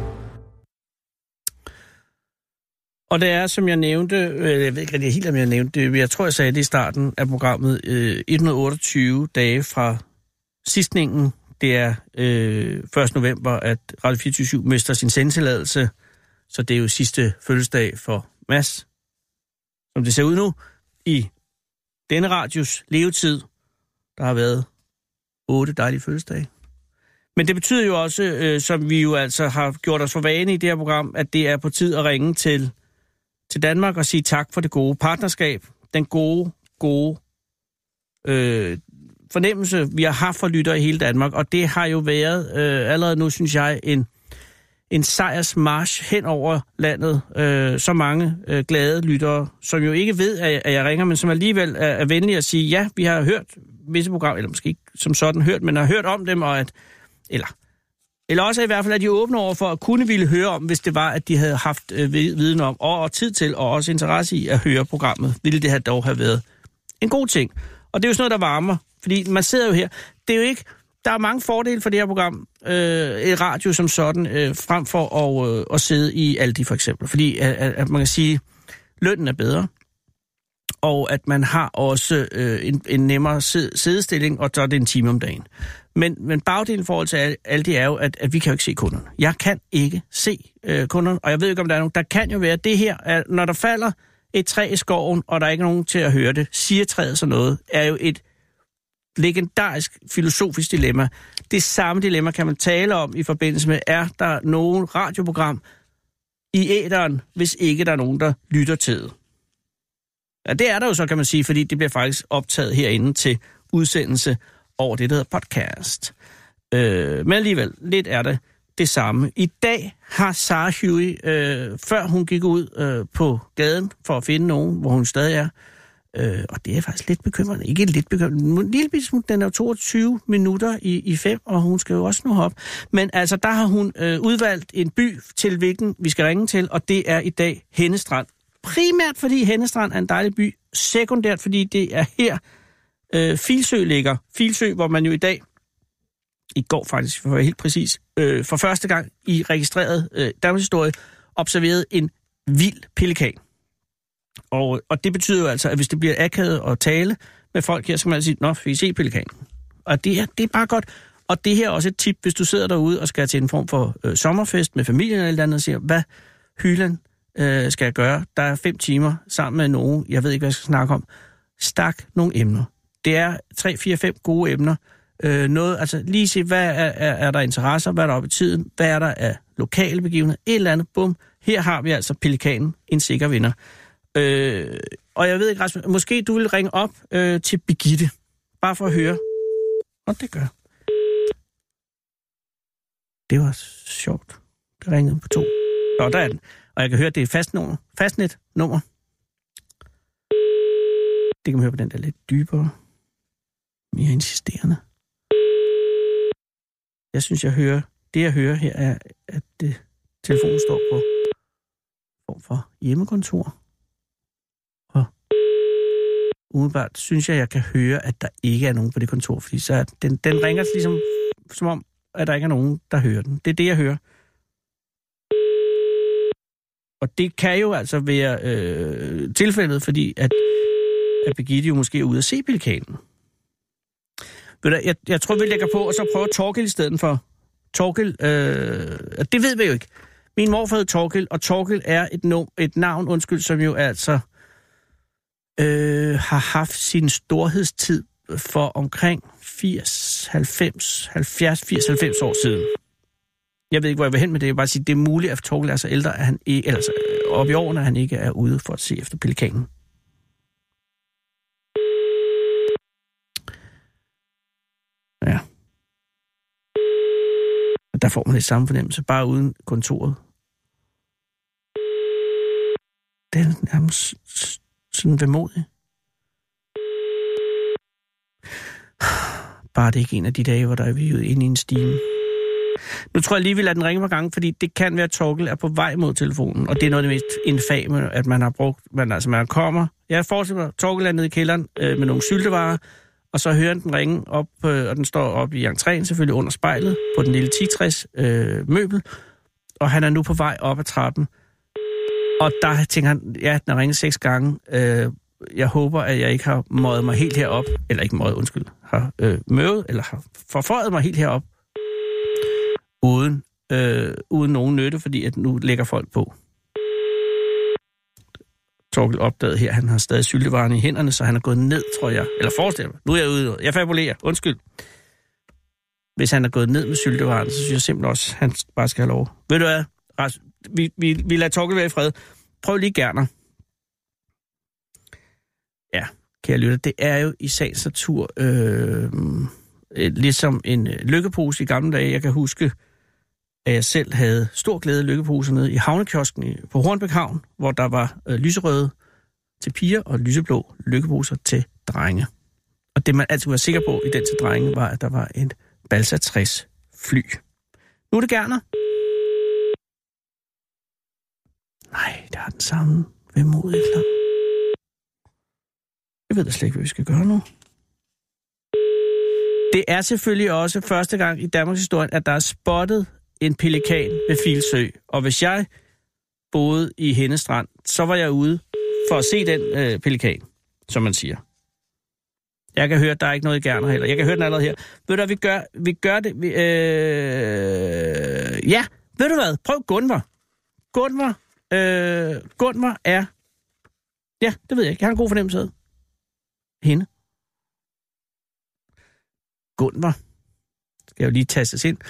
Og det er, som jeg nævnte, øh, jeg ved ikke rigtig helt, om jeg nævnte det, jeg tror, jeg sagde det i starten af programmet, øh, et hundrede otteogtyve dage fra sidstningen. Det er øh, første november, at Radio fireogtyve syv mister sin sendetilladelse, så det er jo sidste fødselsdag for Mads, som det ser ud nu, i denne radios levetid. Der har været otte dejlige fødselsdage. Men det betyder jo også, øh, som vi jo altså har gjort os for vane i det her program, at det er på tid at ringe til, til Danmark og sige tak for det gode partnerskab. Den gode, gode øh, fornemmelse, vi har haft for lyttere i hele Danmark. Og det har jo været øh, allerede nu, synes jeg, en, en sejrsmarch hen over landet. Øh, så mange øh, glade lyttere, som jo ikke ved, at, at jeg ringer, men som alligevel er, er venlige at sige, ja, vi har hørt visse programmer, eller måske ikke som sådan hørt, men har hørt om dem, og at Eller, eller også i hvert fald, at de åbne over for at kunne ville høre om, hvis det var, at de havde haft øh, viden om, og, og tid til, og også interesse i at høre programmet. Ville det have dog have været en god ting. Og det er jo sådan noget, der varmer, fordi man sidder jo her. Det er jo ikke, der er mange fordele for det her program, øh, et radio som sådan, øh, frem for at, øh, at sidde i Aldi for eksempel. Fordi at, at man kan sige, lønnen er bedre, og at man har også øh, en, en nemmere sidestilling, og så er det en time om dagen. Men, men bagdelen i forhold til Aldi er jo, at, at vi kan jo ikke se kunderne. Jeg kan ikke se øh, kunderne, og jeg ved ikke, om der er nogen. Der kan jo være det her, at når der falder et træ i skoven, og der er ikke nogen til at høre det, siger træet så noget, er jo et legendarisk filosofisk dilemma. Det samme dilemma kan man tale om i forbindelse med, er der nogen radioprogram i æteren, hvis ikke der er nogen, der lytter til det. Ja, det er der jo så, kan man sige, fordi det bliver faktisk optaget herinde til udsendelse over det, der hedder podcast. Øh, men alligevel, lidt er det det samme. I dag har Sarah Huey, øh, før hun gik ud øh, på gaden for at finde nogen, hvor hun stadig er, øh, og det er faktisk lidt bekymrende, ikke lidt bekymrende, en lille smule, den er toogtyve minutter i, i fem, og hun skal jo også nå op. Men altså, der har hun øh, udvalgt en by, til hvilken vi skal ringe til, og det er i dag Hennestrand. Primært fordi Hennestrand er en dejlig by, sekundært fordi det er her, øh, Filsø ligger. Filsø, hvor man jo i dag, i går faktisk, for at være helt præcis, øh, for første gang i registreret øh, Danmarks historie, observeret en vild pelikan. Og, og det betyder jo altså, at hvis det bliver akavet at tale med folk her, så kan man sige, nå, vi se pelikanen. Og det er, det er bare godt. Og det her er også et tip, hvis du sidder derude og skal til en form for øh, sommerfest med familien eller andet, og siger, hvad Hyland øh, skal jeg gøre? Der er fem timer sammen med nogen, jeg ved ikke, hvad jeg skal snakke om. Stak nogle emner. Det er tre, fire, fem gode emner. Øh, noget, altså lige se, hvad er, er, er der interesser, hvad er der oppe i tiden, hvad er der af lokale begivenheder, et eller andet, bum. Her har vi altså pelikanen, en sikker vinder. Øh, og jeg ved ikke, Rasmus, måske du vil ringe op øh, til Birgitte, bare for at høre. Og det gør. Det var sjovt. Det ringede på to. Nå, der er den. Og jeg kan høre, at det er fast nummer. Fastnet nummer. Det kan man høre på den der lidt dybere. Mere insisterende. Jeg synes, jeg hører... Det, jeg hører her, er, at det, telefonen står på form for hjemmekontor. Og umiddelbart synes jeg, jeg kan høre, at der ikke er nogen på det kontor, fordi så er den, den ringer ligesom, som om, at der ikke er nogen, der hører den. Det er det, jeg hører. Og det kan jo altså være øh, tilfældet, fordi at, at Birgitte jo måske er ude at se pelikanen. Jeg, jeg tror, vi lægger på, og så prøver Torkild i stedet for. Torkild, øh, det ved vi jo ikke. Min morfar hed Torkild, og Torkild er et, no, et navn, undskyld, som jo altså øh, har haft sin storhedstid for omkring firs, halvfems, halvfjerds, firs, halvfems år siden. Jeg ved ikke, hvor jeg vil hen med det. Jeg vil bare sige, det er muligt, at Torkild er så ældre, at han ikke, eller op i årene, at han ikke er ude for at se efter pelikanen. Ja. Og der får man det samme fornemmelse, bare uden kontoret. Det er nærmest sådan vemodig. Bare det ikke en af de dage, hvor der er vi ude inde i en stime. Nu tror jeg lige, vi lader den ringe på gangen, fordi det kan være, at Torkild er på vej mod telefonen, og det er noget af det mest infame, at man har brugt. Man, altså, man kommer. Jeg forestiller mig, at Torkild er nede i kælderen øh, med nogle syltevarer, og så hører den ringe op, øh, og den står op i entréen, selvfølgelig under spejlet, på den lille ti tres øh, møbel, og han er nu på vej op ad trappen. Og der tænker han, ja, den har ringet seks gange. Øh, jeg håber, at jeg ikke har møjet mig helt herop, eller ikke møjet, undskyld, har øh, møvet, eller har forføjet mig helt herop, uden, øh, uden nogen nytte, fordi at nu lægger folk på. Torkild opdagede her, han har stadig syltevaren i hænderne, så han er gået ned, tror jeg. Eller forestil mig, nu er jeg ude. Jeg fabulerer, undskyld. Hvis han er gået ned med syltevaren, så synes jeg simpelthen også, at han bare skal have lov. Ved du hvad, Ras, vi, vi, vi lader Torkild være i fred. Prøv lige Gerner. Ja, kære lytter, det er jo i sagens natur øh, ligesom en lykkepose i gamle dage. Jeg kan huske, at jeg selv havde stor glæde af lykkeposer nede i havnekiosken på Hornbæk Havn, hvor der var øh, lyserøde til piger og lyseblå lykkeposer til drenge. Og det man altid var sikker på i den til drenge, var, at der var et Balsa tres fly. Nu er det Gerner. Nej, det har den samme vemodige klang. Jeg ved da slet ikke, hvad vi skal gøre nu. Det er selvfølgelig også første gang i Danmarks historie, at der er spottet en pelikan ved Filsø. Og hvis jeg boede i Hennestrand, så var jeg ude for at se den øh, pelikan, som man siger. Jeg kan høre, at der er ikke noget i Gerner heller. Jeg kan høre den allerede her. Ved du, vi gør, vi gør det... Vi, øh... Ja, ved du hvad? Prøv Gunvar. Gunvar, øh... Gunvar er... Ja, det ved jeg ikke. Jeg har en god fornemmelse af hende. Gunvar. Skal jeg jo lige tastes ind.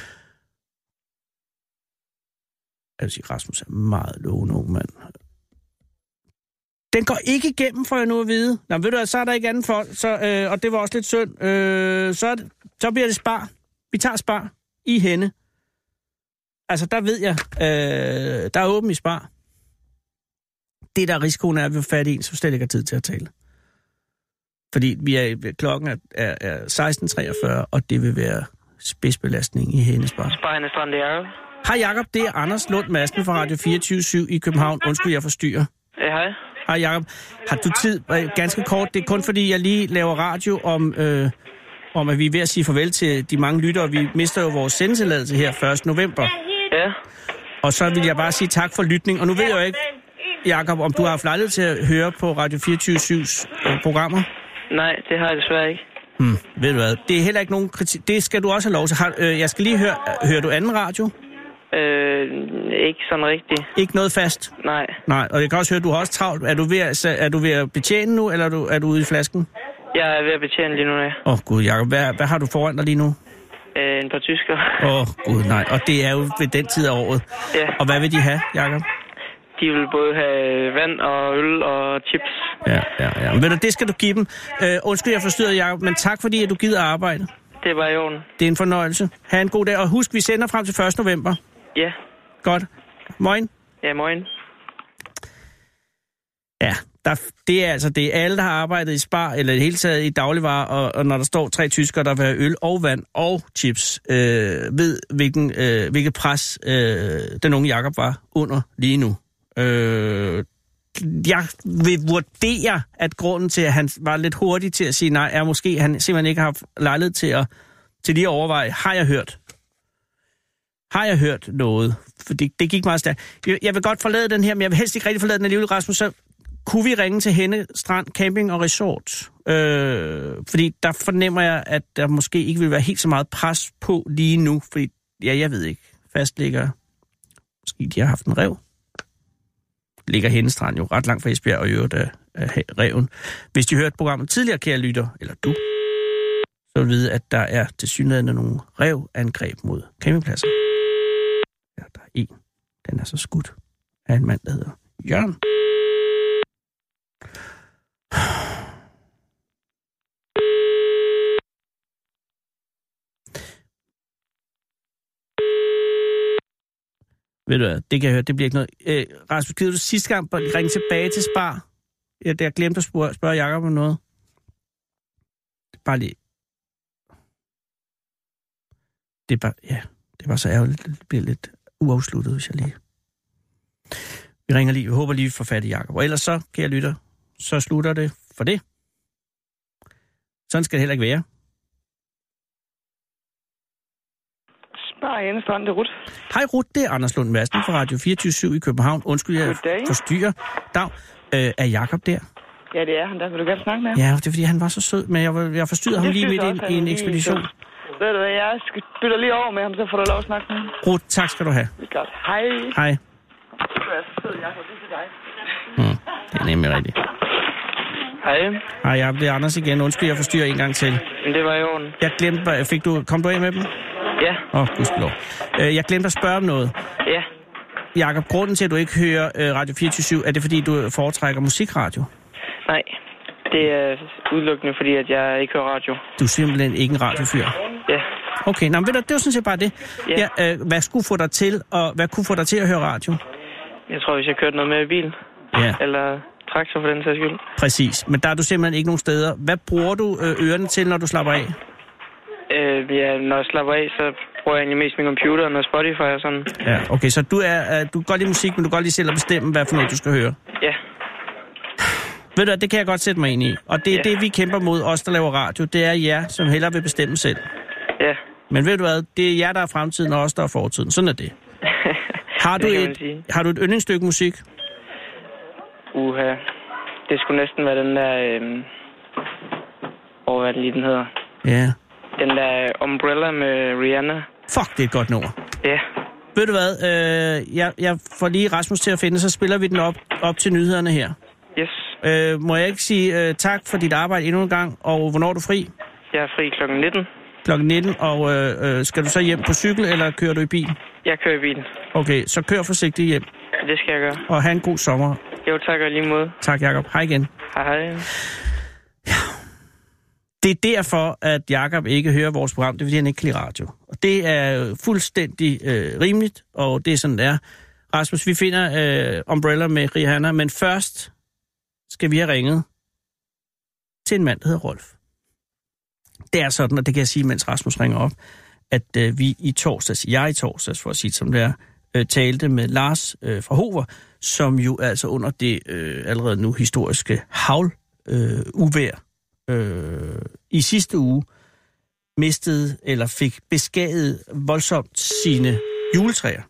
Jeg vil sige, Rasmus er meget lovende ung mand. Den går ikke igennem, får jeg nu at vide. Nå, ved du hvad, så er der ikke anden for, så, øh, og det var også lidt synd. Øh, så, det, så bliver det Spar. Vi tager Spar i Henne. Altså, der ved jeg, øh, der er åben i Spar. Det, der er risikoen, er, at vi får fat i en, som slet ikke har tid til at tale. Fordi vi er, klokken er, er, er seksten treogfyrre, og det vil være spidsbelastning i Henne Spar. Spar Henne Strand, det er. Hej Jakob, det er Anders Lund Madsen fra Radio fireogtyve syv i København. Undskyld, jeg forstyrrer. Ja, hej. Hej Jakob. Har du tid? Ganske kort, det er kun fordi, jeg lige laver radio om, øh, om at vi er ved at sige farvel til de mange lyttere. Vi mister jo vores sendetilladelse her første november. Ja. Og så vil jeg bare sige tak for lytning. Og nu ved jeg jo ikke, Jakob, om du har haft lejlighed til at høre på Radio fireogtyve syvs øh, programmer? Nej, det har jeg desværre ikke. Hmm, ved du hvad? Det er heller ikke nogen kritik. Det skal du også have lov til. Har, øh, jeg skal lige høre, hører du anden radio? Øh, ikke sådan rigtigt. Ikke noget fast? Nej. Nej, og jeg kan også høre, at du har også travlt. Er du ved at, er du ved at betjene nu, eller er du, er du ude i flasken? Jeg er ved at betjene lige nu, ja. Åh, oh, gud, Jacob. Hvad, hvad har du foran dig lige nu? Øh, en par tysker. Åh, oh, gud, nej. Og det er jo ved den tid af året. Ja. Og hvad vil de have, Jacob? De vil både have vand og øl og chips. Ja, ja, ja. Men ved du, det skal du give dem. Uh, undskyld, jeg forstyrrede, Jacob, men tak fordi, at du gider arbejde. Det var i orden. Det er en fornøjelse. Ha' en god dag. Og husk, vi sender frem til første november. Ja. Godt. Moin. Ja, moin. Ja, der, det er altså det. Alle, der har arbejdet i Spar, eller i det hele taget i dagligvarer, og, og når der står tre tyskere, der vil have øl og vand og chips, øh, ved, hvilken, øh, hvilket pres øh, den unge Jakob var under lige nu. Øh, jeg vil vurdere, at grunden til, at han var lidt hurtig til at sige nej, er måske, at han simpelthen ikke har haft lejlighed til at, til lige at overveje, har jeg hørt? Har jeg hørt noget? For det, det gik meget stærkt. Jeg, jeg vil godt forlade den her, men jeg vil helst ikke rigtig forlade den alligevel, Rasmus. Så kunne vi ringe til Henne Strand Camping og Resort? Øh, fordi der fornemmer jeg, at der måske ikke vil være helt så meget pres på lige nu. Fordi, ja, jeg ved ikke, fastligger... Måske de har haft en rev. Ligger Henne Strand jo ret langt fra Esbjerg og i øvrigt af, af reven. Hvis de hørte programmet tidligere, kære lytter, eller du, så vil vide, at der er tilsyneladende nogle revangreb mod campingpladser. Ja, der er en. Den er så skudt af en mand, der hedder Jørgen. Ved du hvad, det kan jeg høre, det bliver ikke noget. Øh, Rasmus, gider du sidste gang ringe tilbage til Spar? Ja, jeg glemte at spørge, spørge Jacob om noget. Bare lige. Det er bare, ja, det var så ærgerligt. Det bliver lidt uafsluttet, hvis jeg lige... Vi ringer lige, vi håber lige, vi får fat i Jacob. Og ellers så, kære lytter, så slutter det for det. Sådan skal det heller ikke være. Spar Henne Strand, det er Ruth. Hej Ruth, det er Anders Lund Madsen fra Radio fireogtyve syv i København. Undskyld, jeg Goddag. forstyrrer. Dag, øh, er Jacob der? Ja, det er han. Der vil du gerne snakke med ham. Ja, det er fordi, han var så sød, men jeg, jeg forstyrrede ham lige midt i en, en ekspedition. Ved du hvad, jeg skal bytte lige over med ham, så får du lov at snakke med ham. Ruth, tak skal du have. Det er godt. Hej. Hej. Du er så sød, Jacob. Det er til dig. Hmm, det er nemlig rigtigt. Hej. Hej, jeg bliver Anders igen. Undskyld, jeg forstyrrer en gang til. Men det var i orden. Jeg glemte, fik du, kom du af med dem? Ja. Åh, oh, gudskelov. Øh, jeg glemte at spørge om noget. Ja. Jakob, grunden til, at du ikke hører øh, Radio fireogtyve syv, er det fordi, du foretrækker musikradio? Nej, det er udelukkende, fordi at jeg ikke hører radio. Du er simpelthen ikke en radiofyr? Ja. Okay, nå, men ved du, det var sådan set bare det. Ja. Ja, øh, hvad skulle få dig til, og hvad kunne få dig til at høre radio? Jeg tror, hvis jeg kørte noget med i bil. Ja. Eller traktor for den sags skyld. Præcis, men der er du simpelthen ikke nogen steder. Hvad bruger du øh, ørerne til, når du slapper af? Øh, ja, når jeg slapper af, så bruger jeg egentlig mest min computer og noget Spotify og sådan. Ja, okay, så du er, du kan godt lide musik, men du kan godt lige selv at bestemme, hvad for noget du skal høre. Ja. Ved du, det kan jeg godt sætte mig ind i. Og det er ja. det, vi kæmper mod, os der laver radio. Det er jer, som hellere vil bestemme selv. Ja. Men ved du hvad, det er jer, der er fremtiden, og os, der er fortiden. Sådan er det. Har du, det et, har du et yndlingsstykke musik? Uha. Det skulle næsten være den der... Øh... Åh, hvad er den lige, den hedder? Ja. Den der Umbrella med Rihanna. Fuck, det er et godt nummer. Ja. Ved du hvad, øh, jeg, jeg får lige Rasmus til at finde, så spiller vi den op, op til nyhederne her. Yes. Øh, må jeg ikke sige øh, tak for dit arbejde endnu en gang, og hvornår er du fri? Jeg er fri klokken nitten. klokken nitten, og øh, øh, skal du så hjem på cykel, eller kører du i bil? Jeg kører i bilen. Okay, så kør forsigtigt hjem. Det skal jeg gøre. Og have en god sommer. Jo, tak og lige måde. Tak, Jacob. Hej igen. Hej, hej. Det er derfor, at Jacob ikke hører vores program. Det er, fordi han ikke kan lide radio. Og det er fuldstændig øh, rimeligt, og det er sådan, det er. Rasmus, vi finder øh, Umbrella med Rihanna, men først skal vi have ringet til en mand, der hedder Rolf. Det er sådan, og det kan jeg sige, mens Rasmus ringer op, at øh, vi i torsdags, jeg i torsdags, for at sige det som det er, øh, talte med Lars øh, fra Hover, som jo altså under det øh, allerede nu historiske havl øh, uvejr øh, i sidste uge mistede eller fik beskadiget voldsomt sine juletræer.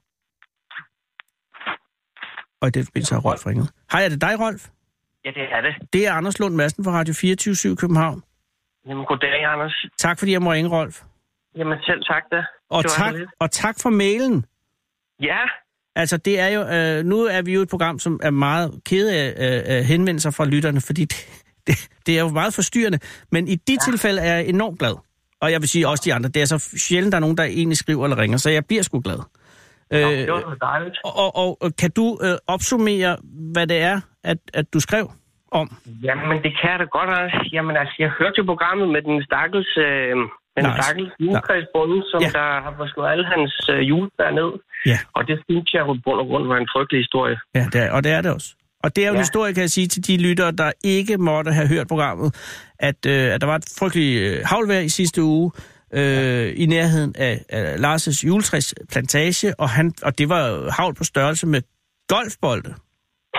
Og i det forbindelse har Rolf ringet. Hej, er det dig, Rolf? Ja, det er det. Det er Anders Lund Madsen fra Radio fireogtyve syv København. Jamen, goddag, Anders. Tak fordi jeg må ringe, Rolf. Jamen, selv tak da. Og tak, og tak for mailen. Ja. Altså, det er jo... Øh, nu er vi jo et program, som er meget kede af øh, henvendelser fra lytterne, fordi det, det, det er jo meget forstyrrende. Men i de ja. tilfælde er jeg enormt glad. Og jeg vil sige også de andre. Det er så sjældent, der er nogen, der egentlig skriver eller ringer, så jeg bliver sgu glad. Nå, øh, det var dejligt. Og, og, og kan du øh, opsummere, hvad det er, at, at du skrev om? Jamen, det kan jeg da godt. Altså. Jamen, altså, jeg hørte jo programmet med den stakkels... Øh, den nice. stakkels juletræsbonde, som ja. der har fået slået alle hans øh, juletræer ned. Ja. Og det synes jeg på bund og grund var en frygtelig historie. Ja, det er, og det er det også. Og det er jo ja. en historie, kan jeg sige til de lyttere, der ikke måtte have hørt programmet, at, øh, at der var et frygteligt øh, havlvejr i sidste uge øh, i nærheden af, af Lars' juletræsplantage, og, han, og det var havl på størrelse med golfbolde.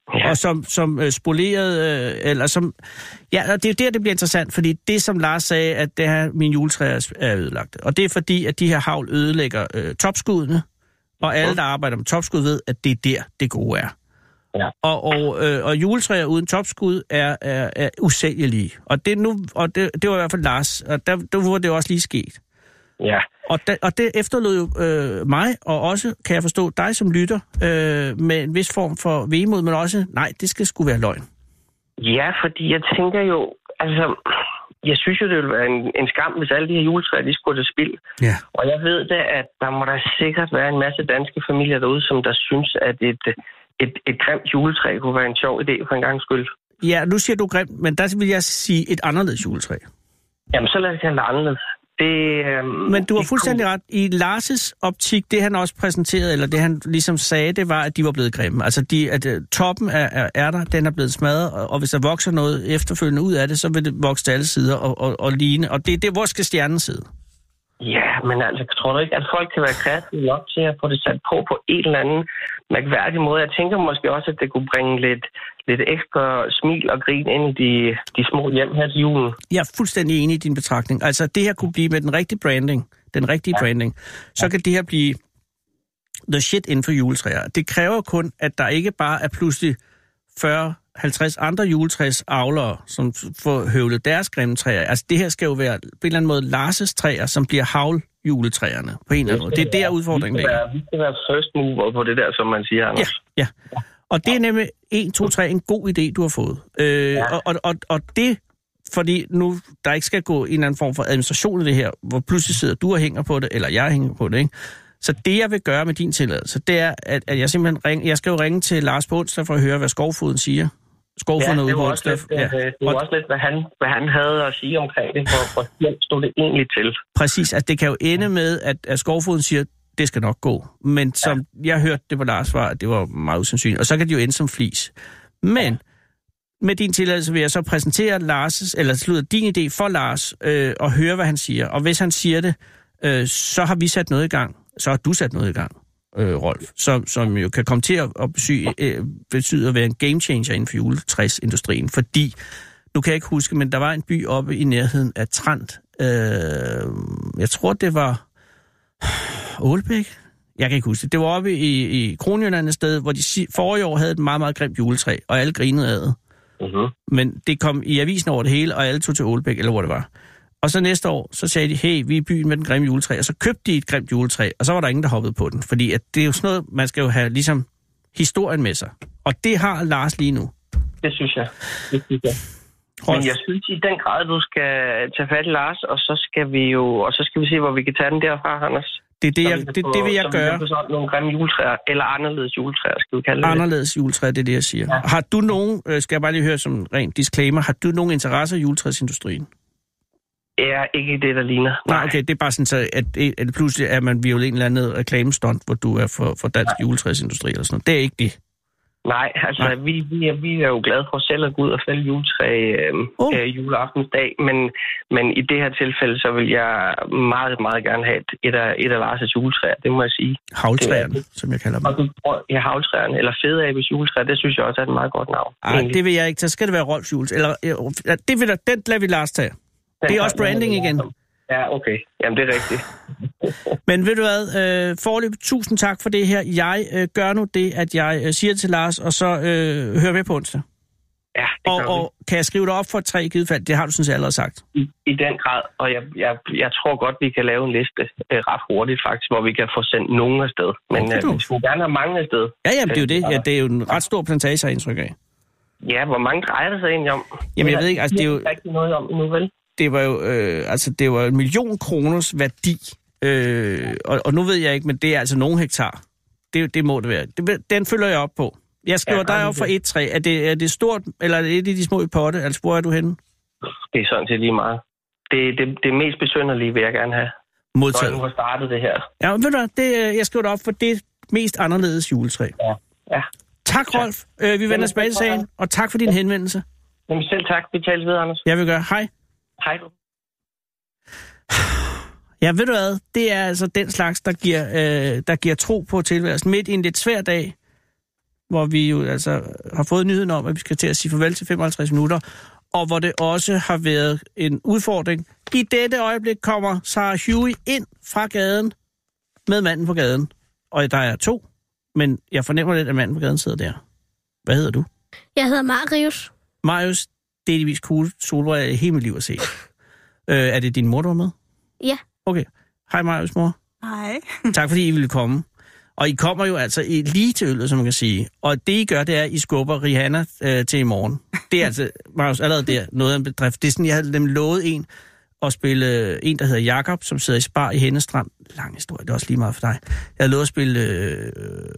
Ja. Og som, som øh, spoleret, øh, eller som... Ja, og det er jo der, det bliver interessant, fordi det, som Lars sagde, at det her, mine juletræer er ødelagt. Og det er fordi, at de her havl ødelægger øh, topskuddene, og alle, der arbejder med topskud, ved, at det er der, det gode er. Ja. Og, og, øh, og juletræer uden topskud er, er, er usælgelige. Og, det, nu, og det, det var i hvert fald Lars, og der, der var det også lige sket. Ja. Og, da, og det efterlod jo øh, mig, og også, kan jeg forstå, dig som lytter, øh, med en vis form for vemod, men også, nej, det skal sgu være løgn. Ja, fordi jeg tænker jo, altså, jeg synes jo, det ville være en, en skam, hvis alle de her juletræer, de skulle til spild. Ja. Og jeg ved da, at der må der sikkert være en masse danske familier derude, som der synes, at et, et, et grimt juletræ kunne være en sjov idé for en gang skyld. Ja, nu siger du grimt, men der vil jeg sige et anderledes juletræ. Jamen, så lad os kalde det anderledes. Det, øhm, Men du har fuldstændig kunne... ret. I Lars' optik, det han også præsenterede, eller det han ligesom sagde, det var, at de var blevet grimme. Altså, de, at uh, toppen er, er, er der, den er blevet smadret, og, og hvis der vokser noget efterfølgende ud af det, så vil det vokse til alle sider og, og, og ligne. Og det er det, hvor skal stjernen sidde? Ja, men altså, tror du ikke, at folk kan være kreative nok til at få det sat på på en eller anden mærkværdig måde? Jeg tænker måske også, at det kunne bringe lidt, lidt ekstra smil og grin ind i de, de små hjem her til julen. Jeg er fuldstændig enig i din betragtning. Altså, det her kunne blive med den rigtige branding, den rigtige ja. branding, så ja. kan det her blive the shit inden for juletræer. Det kræver kun, at der ikke bare er pludselig fyrre halvtreds andre juletræsavlere, som får høvlet deres grimme træer. Altså, det her skal jo være på en eller anden måde Lars' træer, som bliver havljuletræerne på en eller anden måde. Det er der udfordringen ligger. Vi skal være first mover på det der, som man siger, Anders. Ja, ja. Og det er nemlig en, to, tre en god idé, du har fået. Øh, ja. og, og, og, og det, fordi nu der ikke skal gå en eller anden form for administration i det her, hvor pludselig sidder du og hænger på det, eller jeg hænger på det, ikke? Så det, jeg vil gøre med din tilladelse, det er, at, at jeg simpelthen ring, jeg skal jo ringe til Lars på onsdag for at høre, hvad Skovfoden siger. Skovfoden ja, er ude på onsdag. Ja, det var og, også lidt, hvad han, hvad han havde at sige omkring det, hvor, hvor hjælp stod det egentlig til. Præcis, altså det kan jo ende med, at, at Skovfoden siger, det skal nok gå. Men som ja. jeg hørte, det var Lars svar, at det var meget usandsynligt. Og så kan det jo ende som flis. Men ja. med din tilladelse vil jeg så præsentere Lars' eller slutte din idé for Lars, øh, og høre, hvad han siger. Og hvis han siger det, øh, så har vi sat noget i gang. Så har du sat noget i gang, øh, Rolf, som, som jo kan komme til at, at besyge, øh, betyde at være en game changer inden for juletræsindustrien. Fordi, nu kan jeg ikke huske, men der var en by oppe i nærheden af Trant. Øh, jeg tror, det var Ålbæk. Jeg kan ikke huske det. Det var oppe i, i Kronjylland et sted, hvor de forrige år havde et meget, meget grimt juletræ, og alle grinede af det. Uh-huh. Men det kom i avisen over det hele, og alle tog til Ålbæk, eller hvor det var. Og så næste år, så sagde de, hey, vi er i byen med den grimme juletræ, og så købte de et grimt juletræ, og så var der ingen, der hoppede på den. Fordi at det er jo sådan noget, man skal jo have ligesom historien med sig. Og det har Lars lige nu. Det synes jeg. Det synes jeg. Men jeg synes i den grad, du skal tage fat i Lars, og så skal vi jo, og så skal vi se, hvor vi kan tage den derfra, Anders. Det er det, jeg, det, få, det vil jeg så gøre. Så vi kan få nogle grimme juletræer, eller anderledes juletræer, skal vi kalde det. Anderledes juletræer, det er det, jeg siger. Ja. Har du nogen, skal jeg bare lige høre som ren disclaimer, har du nogen interesse i juletræsindustrien? Ja, ikke det, der ligner. Nej, okay, det er bare sådan, så at, at, at pludselig er man via en eller anden reklamestunt, hvor du er for, for dansk juletræsindustri eller sådan noget. Det er ikke det. Nej, altså Nej. Vi, vi, er, vi er jo glade for selv at gå ud og fælde juletræ øh, oh. øh, juleaftensdag, men, men i det her tilfælde, så vil jeg meget, meget gerne have et, et af, et af Lars' juletræer, det må jeg sige. Havltræerne, som jeg kalder dem. Ja, havltræerne, eller Fedeabes juletræ, det synes jeg også er et meget godt navn. Nej, det vil jeg ikke. Så skal det være Rolfs juletræ. Eller, det vil der, den lader vi Lars tage. Det er også branding igen. Ja, okay. Jamen, det er rigtigt. Men ved du hvad, øh, foreløb, tusind tak for det her. Jeg øh, gør nu det, at jeg øh, siger til Lars, og så øh, hører vi på onsdag. Ja, det og, og kan jeg skrive dig op for et træ i givet fald? Det har du sådan set allerede sagt. I, i den grad, og jeg, jeg, jeg tror godt, vi kan lave en liste øh, ret hurtigt faktisk, hvor vi kan få sendt nogen afsted. Men okay, øh, vi skulle gerne have mange afsted. Ja, jamen, det er jo det. Ja, det er jo en ret stor plantage, jeg indtryk af. Ja, hvor mange drejer det sig egentlig om? Jamen, jeg ved ikke, altså det er jo... Det er ikke noget om nu, vel? Det var jo, øh, altså det var en million kroners værdi, øh, og, og nu ved jeg ikke, men det er altså nogle hektar. Det, det må det være. Det, den følger jeg op på. Jeg skriver ja, dig op for et træ. Er det, er det stort, eller er det et af de små i potte? Altså, hvor er du henne? Det er sådan set lige meget. Det, det, det mest besynderlige vil jeg gerne have. Modtaget. Når du har startet det her. Ja, ved du det, jeg skriver dig op for det mest anderledes juletræ. Ja, ja. Tak, Rolf. Ja. Øh, vi vender tilbage til sagen, og tak for din henvendelse. Jamen selv tak. Vi tales ved, Anders. Jeg vil gøre. Hej. Hej. Ja, ved du hvad? Det er altså den slags, der giver, øh, der giver tro på tilværelsen. Midt i en lidt svær dag, hvor vi jo altså har fået nyheden om, at vi skal til at sige farvel til femoghalvtreds minutter, og hvor det også har været en udfordring. I dette øjeblik kommer Sarah Huey ind fra gaden med manden på gaden. Og der er to, men jeg fornemmer lidt, at manden på gaden sidder der. Hvad hedder du? Jeg hedder Marius. Marius, det er de mest cool solbriller, jeg i hele mit liv at se. øh, er det din mor, du er med? Ja. Okay. Hej Marius, mor. Hej. Tak fordi I ville komme. Og I kommer jo altså i, lige til øllet, som man kan sige. Og det I gør, det er, at I skubber Rihanna øh, til i morgen. Det er altså, Marius, allerede der noget af en bedrift. Det er sådan, jeg havde dem lovet en at spille en, der hedder Jakob, som sidder i Spar i Hennestrand. Lang historie, det er også lige meget for dig. Jeg havde lovet at spille øh,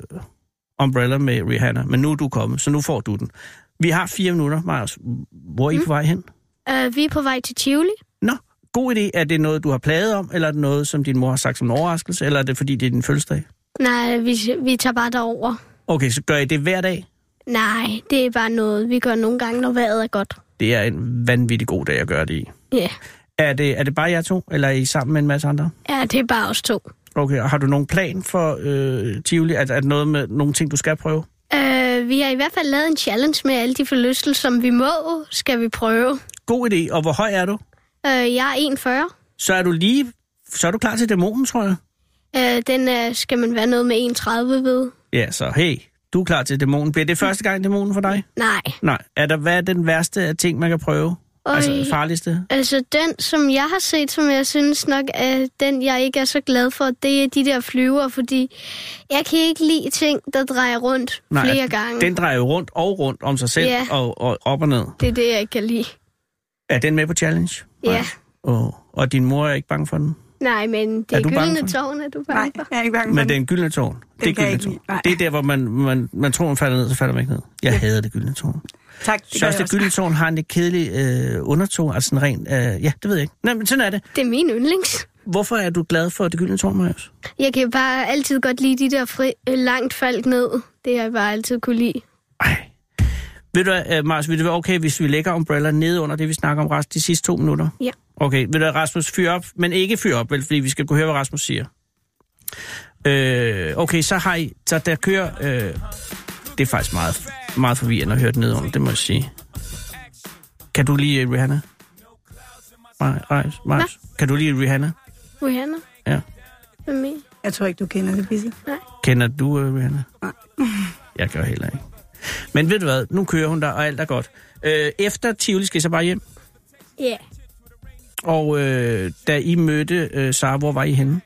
Umbrella med Rihanna, men nu er du kommet, så nu får du den. Vi har fire minutter, Marius. Hvor er I mm. på vej hen? Uh, vi er på vej til Tivoli. Nå, god idé. Er det noget, du har plaget om, eller er det noget, som din mor har sagt som en overraskelse, eller er det, fordi det er din fødselsdag? Nej, vi, vi tager bare derover. Okay, så gør I det hver dag? Nej, det er bare noget, vi gør nogle gange, når vejret er godt. Det er en vanvittig god dag at gøre det i. Ja. Yeah. Er det, er det bare jer to, eller er I sammen med en masse andre? Ja, det er bare os to. Okay, og har du nogen plan for øh, Tivoli? Er, er det noget med nogle ting, du skal prøve? Uh, vi har i hvert fald lavet en challenge med alle de forlystelser, som vi må, skal vi prøve. God idé. Og hvor høj er du? Uh, jeg er en komma fyrre. Så er du lige, så er du klar til dæmonen, tror jeg? Uh, den uh, skal man være noget med en komma tredive ved. Ja, så hey, du er klar til dæmonen. Bliver det første gang dæmonen for dig? Nej. Nej. Er der, hvad er den værste af ting, man kan prøve? Øj, altså farligste? Altså den, som jeg har set, som jeg synes nok er den, jeg ikke er så glad for, det er de der flyver, fordi jeg kan ikke lide ting, der drejer rundt Nej, flere gange. Den drejer jo rundt og rundt om sig selv ja. og, og op og ned. Det er det, jeg ikke kan lide. Er den med på challenge? Ja. Oh. Og din mor er ikke bange for den? Nej, men det er, er gyldne tårn, er du bange for? Nej, jeg er ikke bange for Men det er en gyldne tårn? Det er gyldne tårn. Det er der, hvor man, man, man tror, man falder ned, så falder man ikke ned. Jeg ja. hader det gyldne tårn. Tak, det så det gyldne tårn har en lidt kedelig øh, undertone, altså en ren... Øh, ja, det ved jeg ikke. Nej, men sådan er det. Det er min yndlings. Hvorfor er du glad for det gyldne tårn, Marius? Jeg kan bare altid godt lide de der fri, øh, langt faldt ned. Det har jeg bare altid kunne lide. Ej. Ved du hvad, Marius, vil det være okay, hvis vi lægger Umbrella nede under det, vi snakker om resten de sidste to minutter? Ja. Okay, vil du Rasmus fyre op, men ikke fyre op, vel, fordi vi skal kunne høre, hvad Rasmus siger. Øh, okay, så har I... Så der kører... Øh, det er faktisk meget, meget forvirrende at høre det nede under, det må jeg sige. Kan du lide uh, Rihanna? Marius, Marius. Kan du lide Rihanna? Rihanna? Ja. Hvem er? Jeg tror ikke, du kender det, Bisse. Nej. Kender du uh, Rihanna? Nej. Jeg gør heller ikke. Men ved du hvad, nu kører hun der, og alt er godt. Øh, efter Tivoli skal I så bare hjem? Ja. Yeah. Og øh, da I mødte øh, Sarah, hvor var I henne?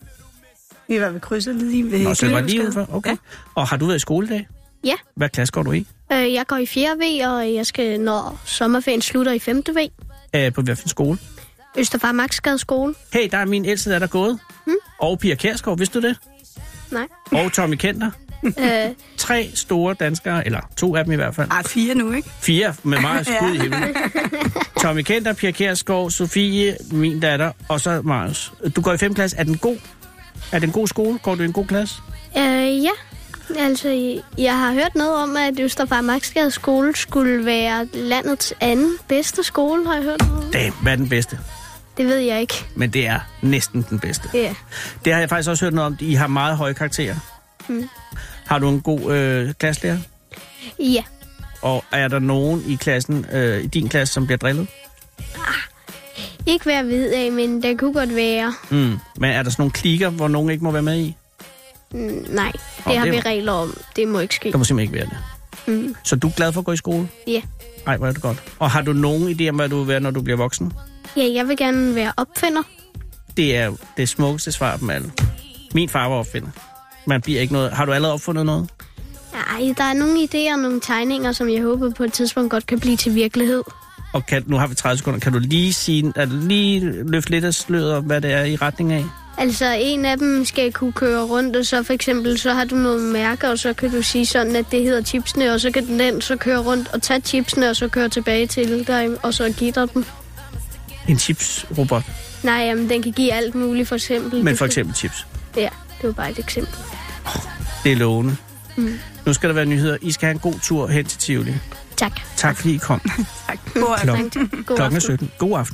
Vi var ved krydset lige ved... Nå, så det var lige udenfor? Okay. Ja. Og har du været i skole i dag? Ja. Hvad klasse går du i? Øh, jeg går i fjerde V, og jeg skal, når sommerferien slutter, i femte V. Æh, på hvilken skole? Østerfar Maxgade skole. Hey, der er min ældste, der er gået. Hmm? Og Pia Kjærsgaard, vidste du det? Nej. Og Tommy Kenter. øh. Tre store danskere, eller to af dem i hvert fald. Ah, fire nu, ikke? Fire, med meget skud i himlen. Tommy Kenter, Pia Kjærsgaard, Sofie, min datter, og så Marius. Du går i femte klasse. Er den god? Er det en god skole? Går du i en god klasse? Øh, ja. Altså, jeg har hørt noget om, at Østerfar Maxgade skole skulle være landets anden bedste skole, har jeg hørt noget om. Damn, hvad er den bedste? Det ved jeg ikke. Men det er næsten den bedste. Ja. Det har jeg faktisk også hørt noget om. I har meget høje karakterer. Hmm. Har du en god øh, klasselærer? Ja. Og er der nogen i klassen, øh, i din klasse, som bliver drillet? Ah, ikke hvad jeg ved af, men det kunne godt være. Mm. Men er der sådan nogle klikker, hvor nogen ikke må være med i? Mm, nej, det oh, har det vi er... regler om. Det må ikke ske. Der må simpelthen ikke være det. Mm. Så du er glad for at gå i skole? Ja. Ej, hvor er det godt. Og har du nogen idé om, hvad du vil være, når du bliver voksen? Ja, jeg vil gerne være opfinder. Det er det smukkeste svar af dem alle. Min far var opfinder. Man bliver ikke noget. Har du allerede opfundet noget? Nej, der er nogle idéer og nogle tegninger, som jeg håber på et tidspunkt godt kan blive til virkelighed. Og kan, nu har vi tredive sekunder. Kan du lige sige, at lige løfte lidt af sløret om, hvad det er i retning af? Altså, en af dem skal kunne køre rundt, og så for eksempel, så har du nogle mærker, og så kan du sige sådan, at det hedder chipsene, og så kan den så køre rundt og tage chipsene, og så køre tilbage til dig, og så give dig dem. En chipsrobot? Nej, jamen, den kan give alt muligt, for eksempel. Men for eksempel chips? Ja, det var bare et eksempel. Oh, det er lovende. Mm. Nu skal der være nyheder. I skal have en god tur hen til Tivoli. Tak. Tak fordi I kom. Tak. God aften. Klokken er sytten. God aften.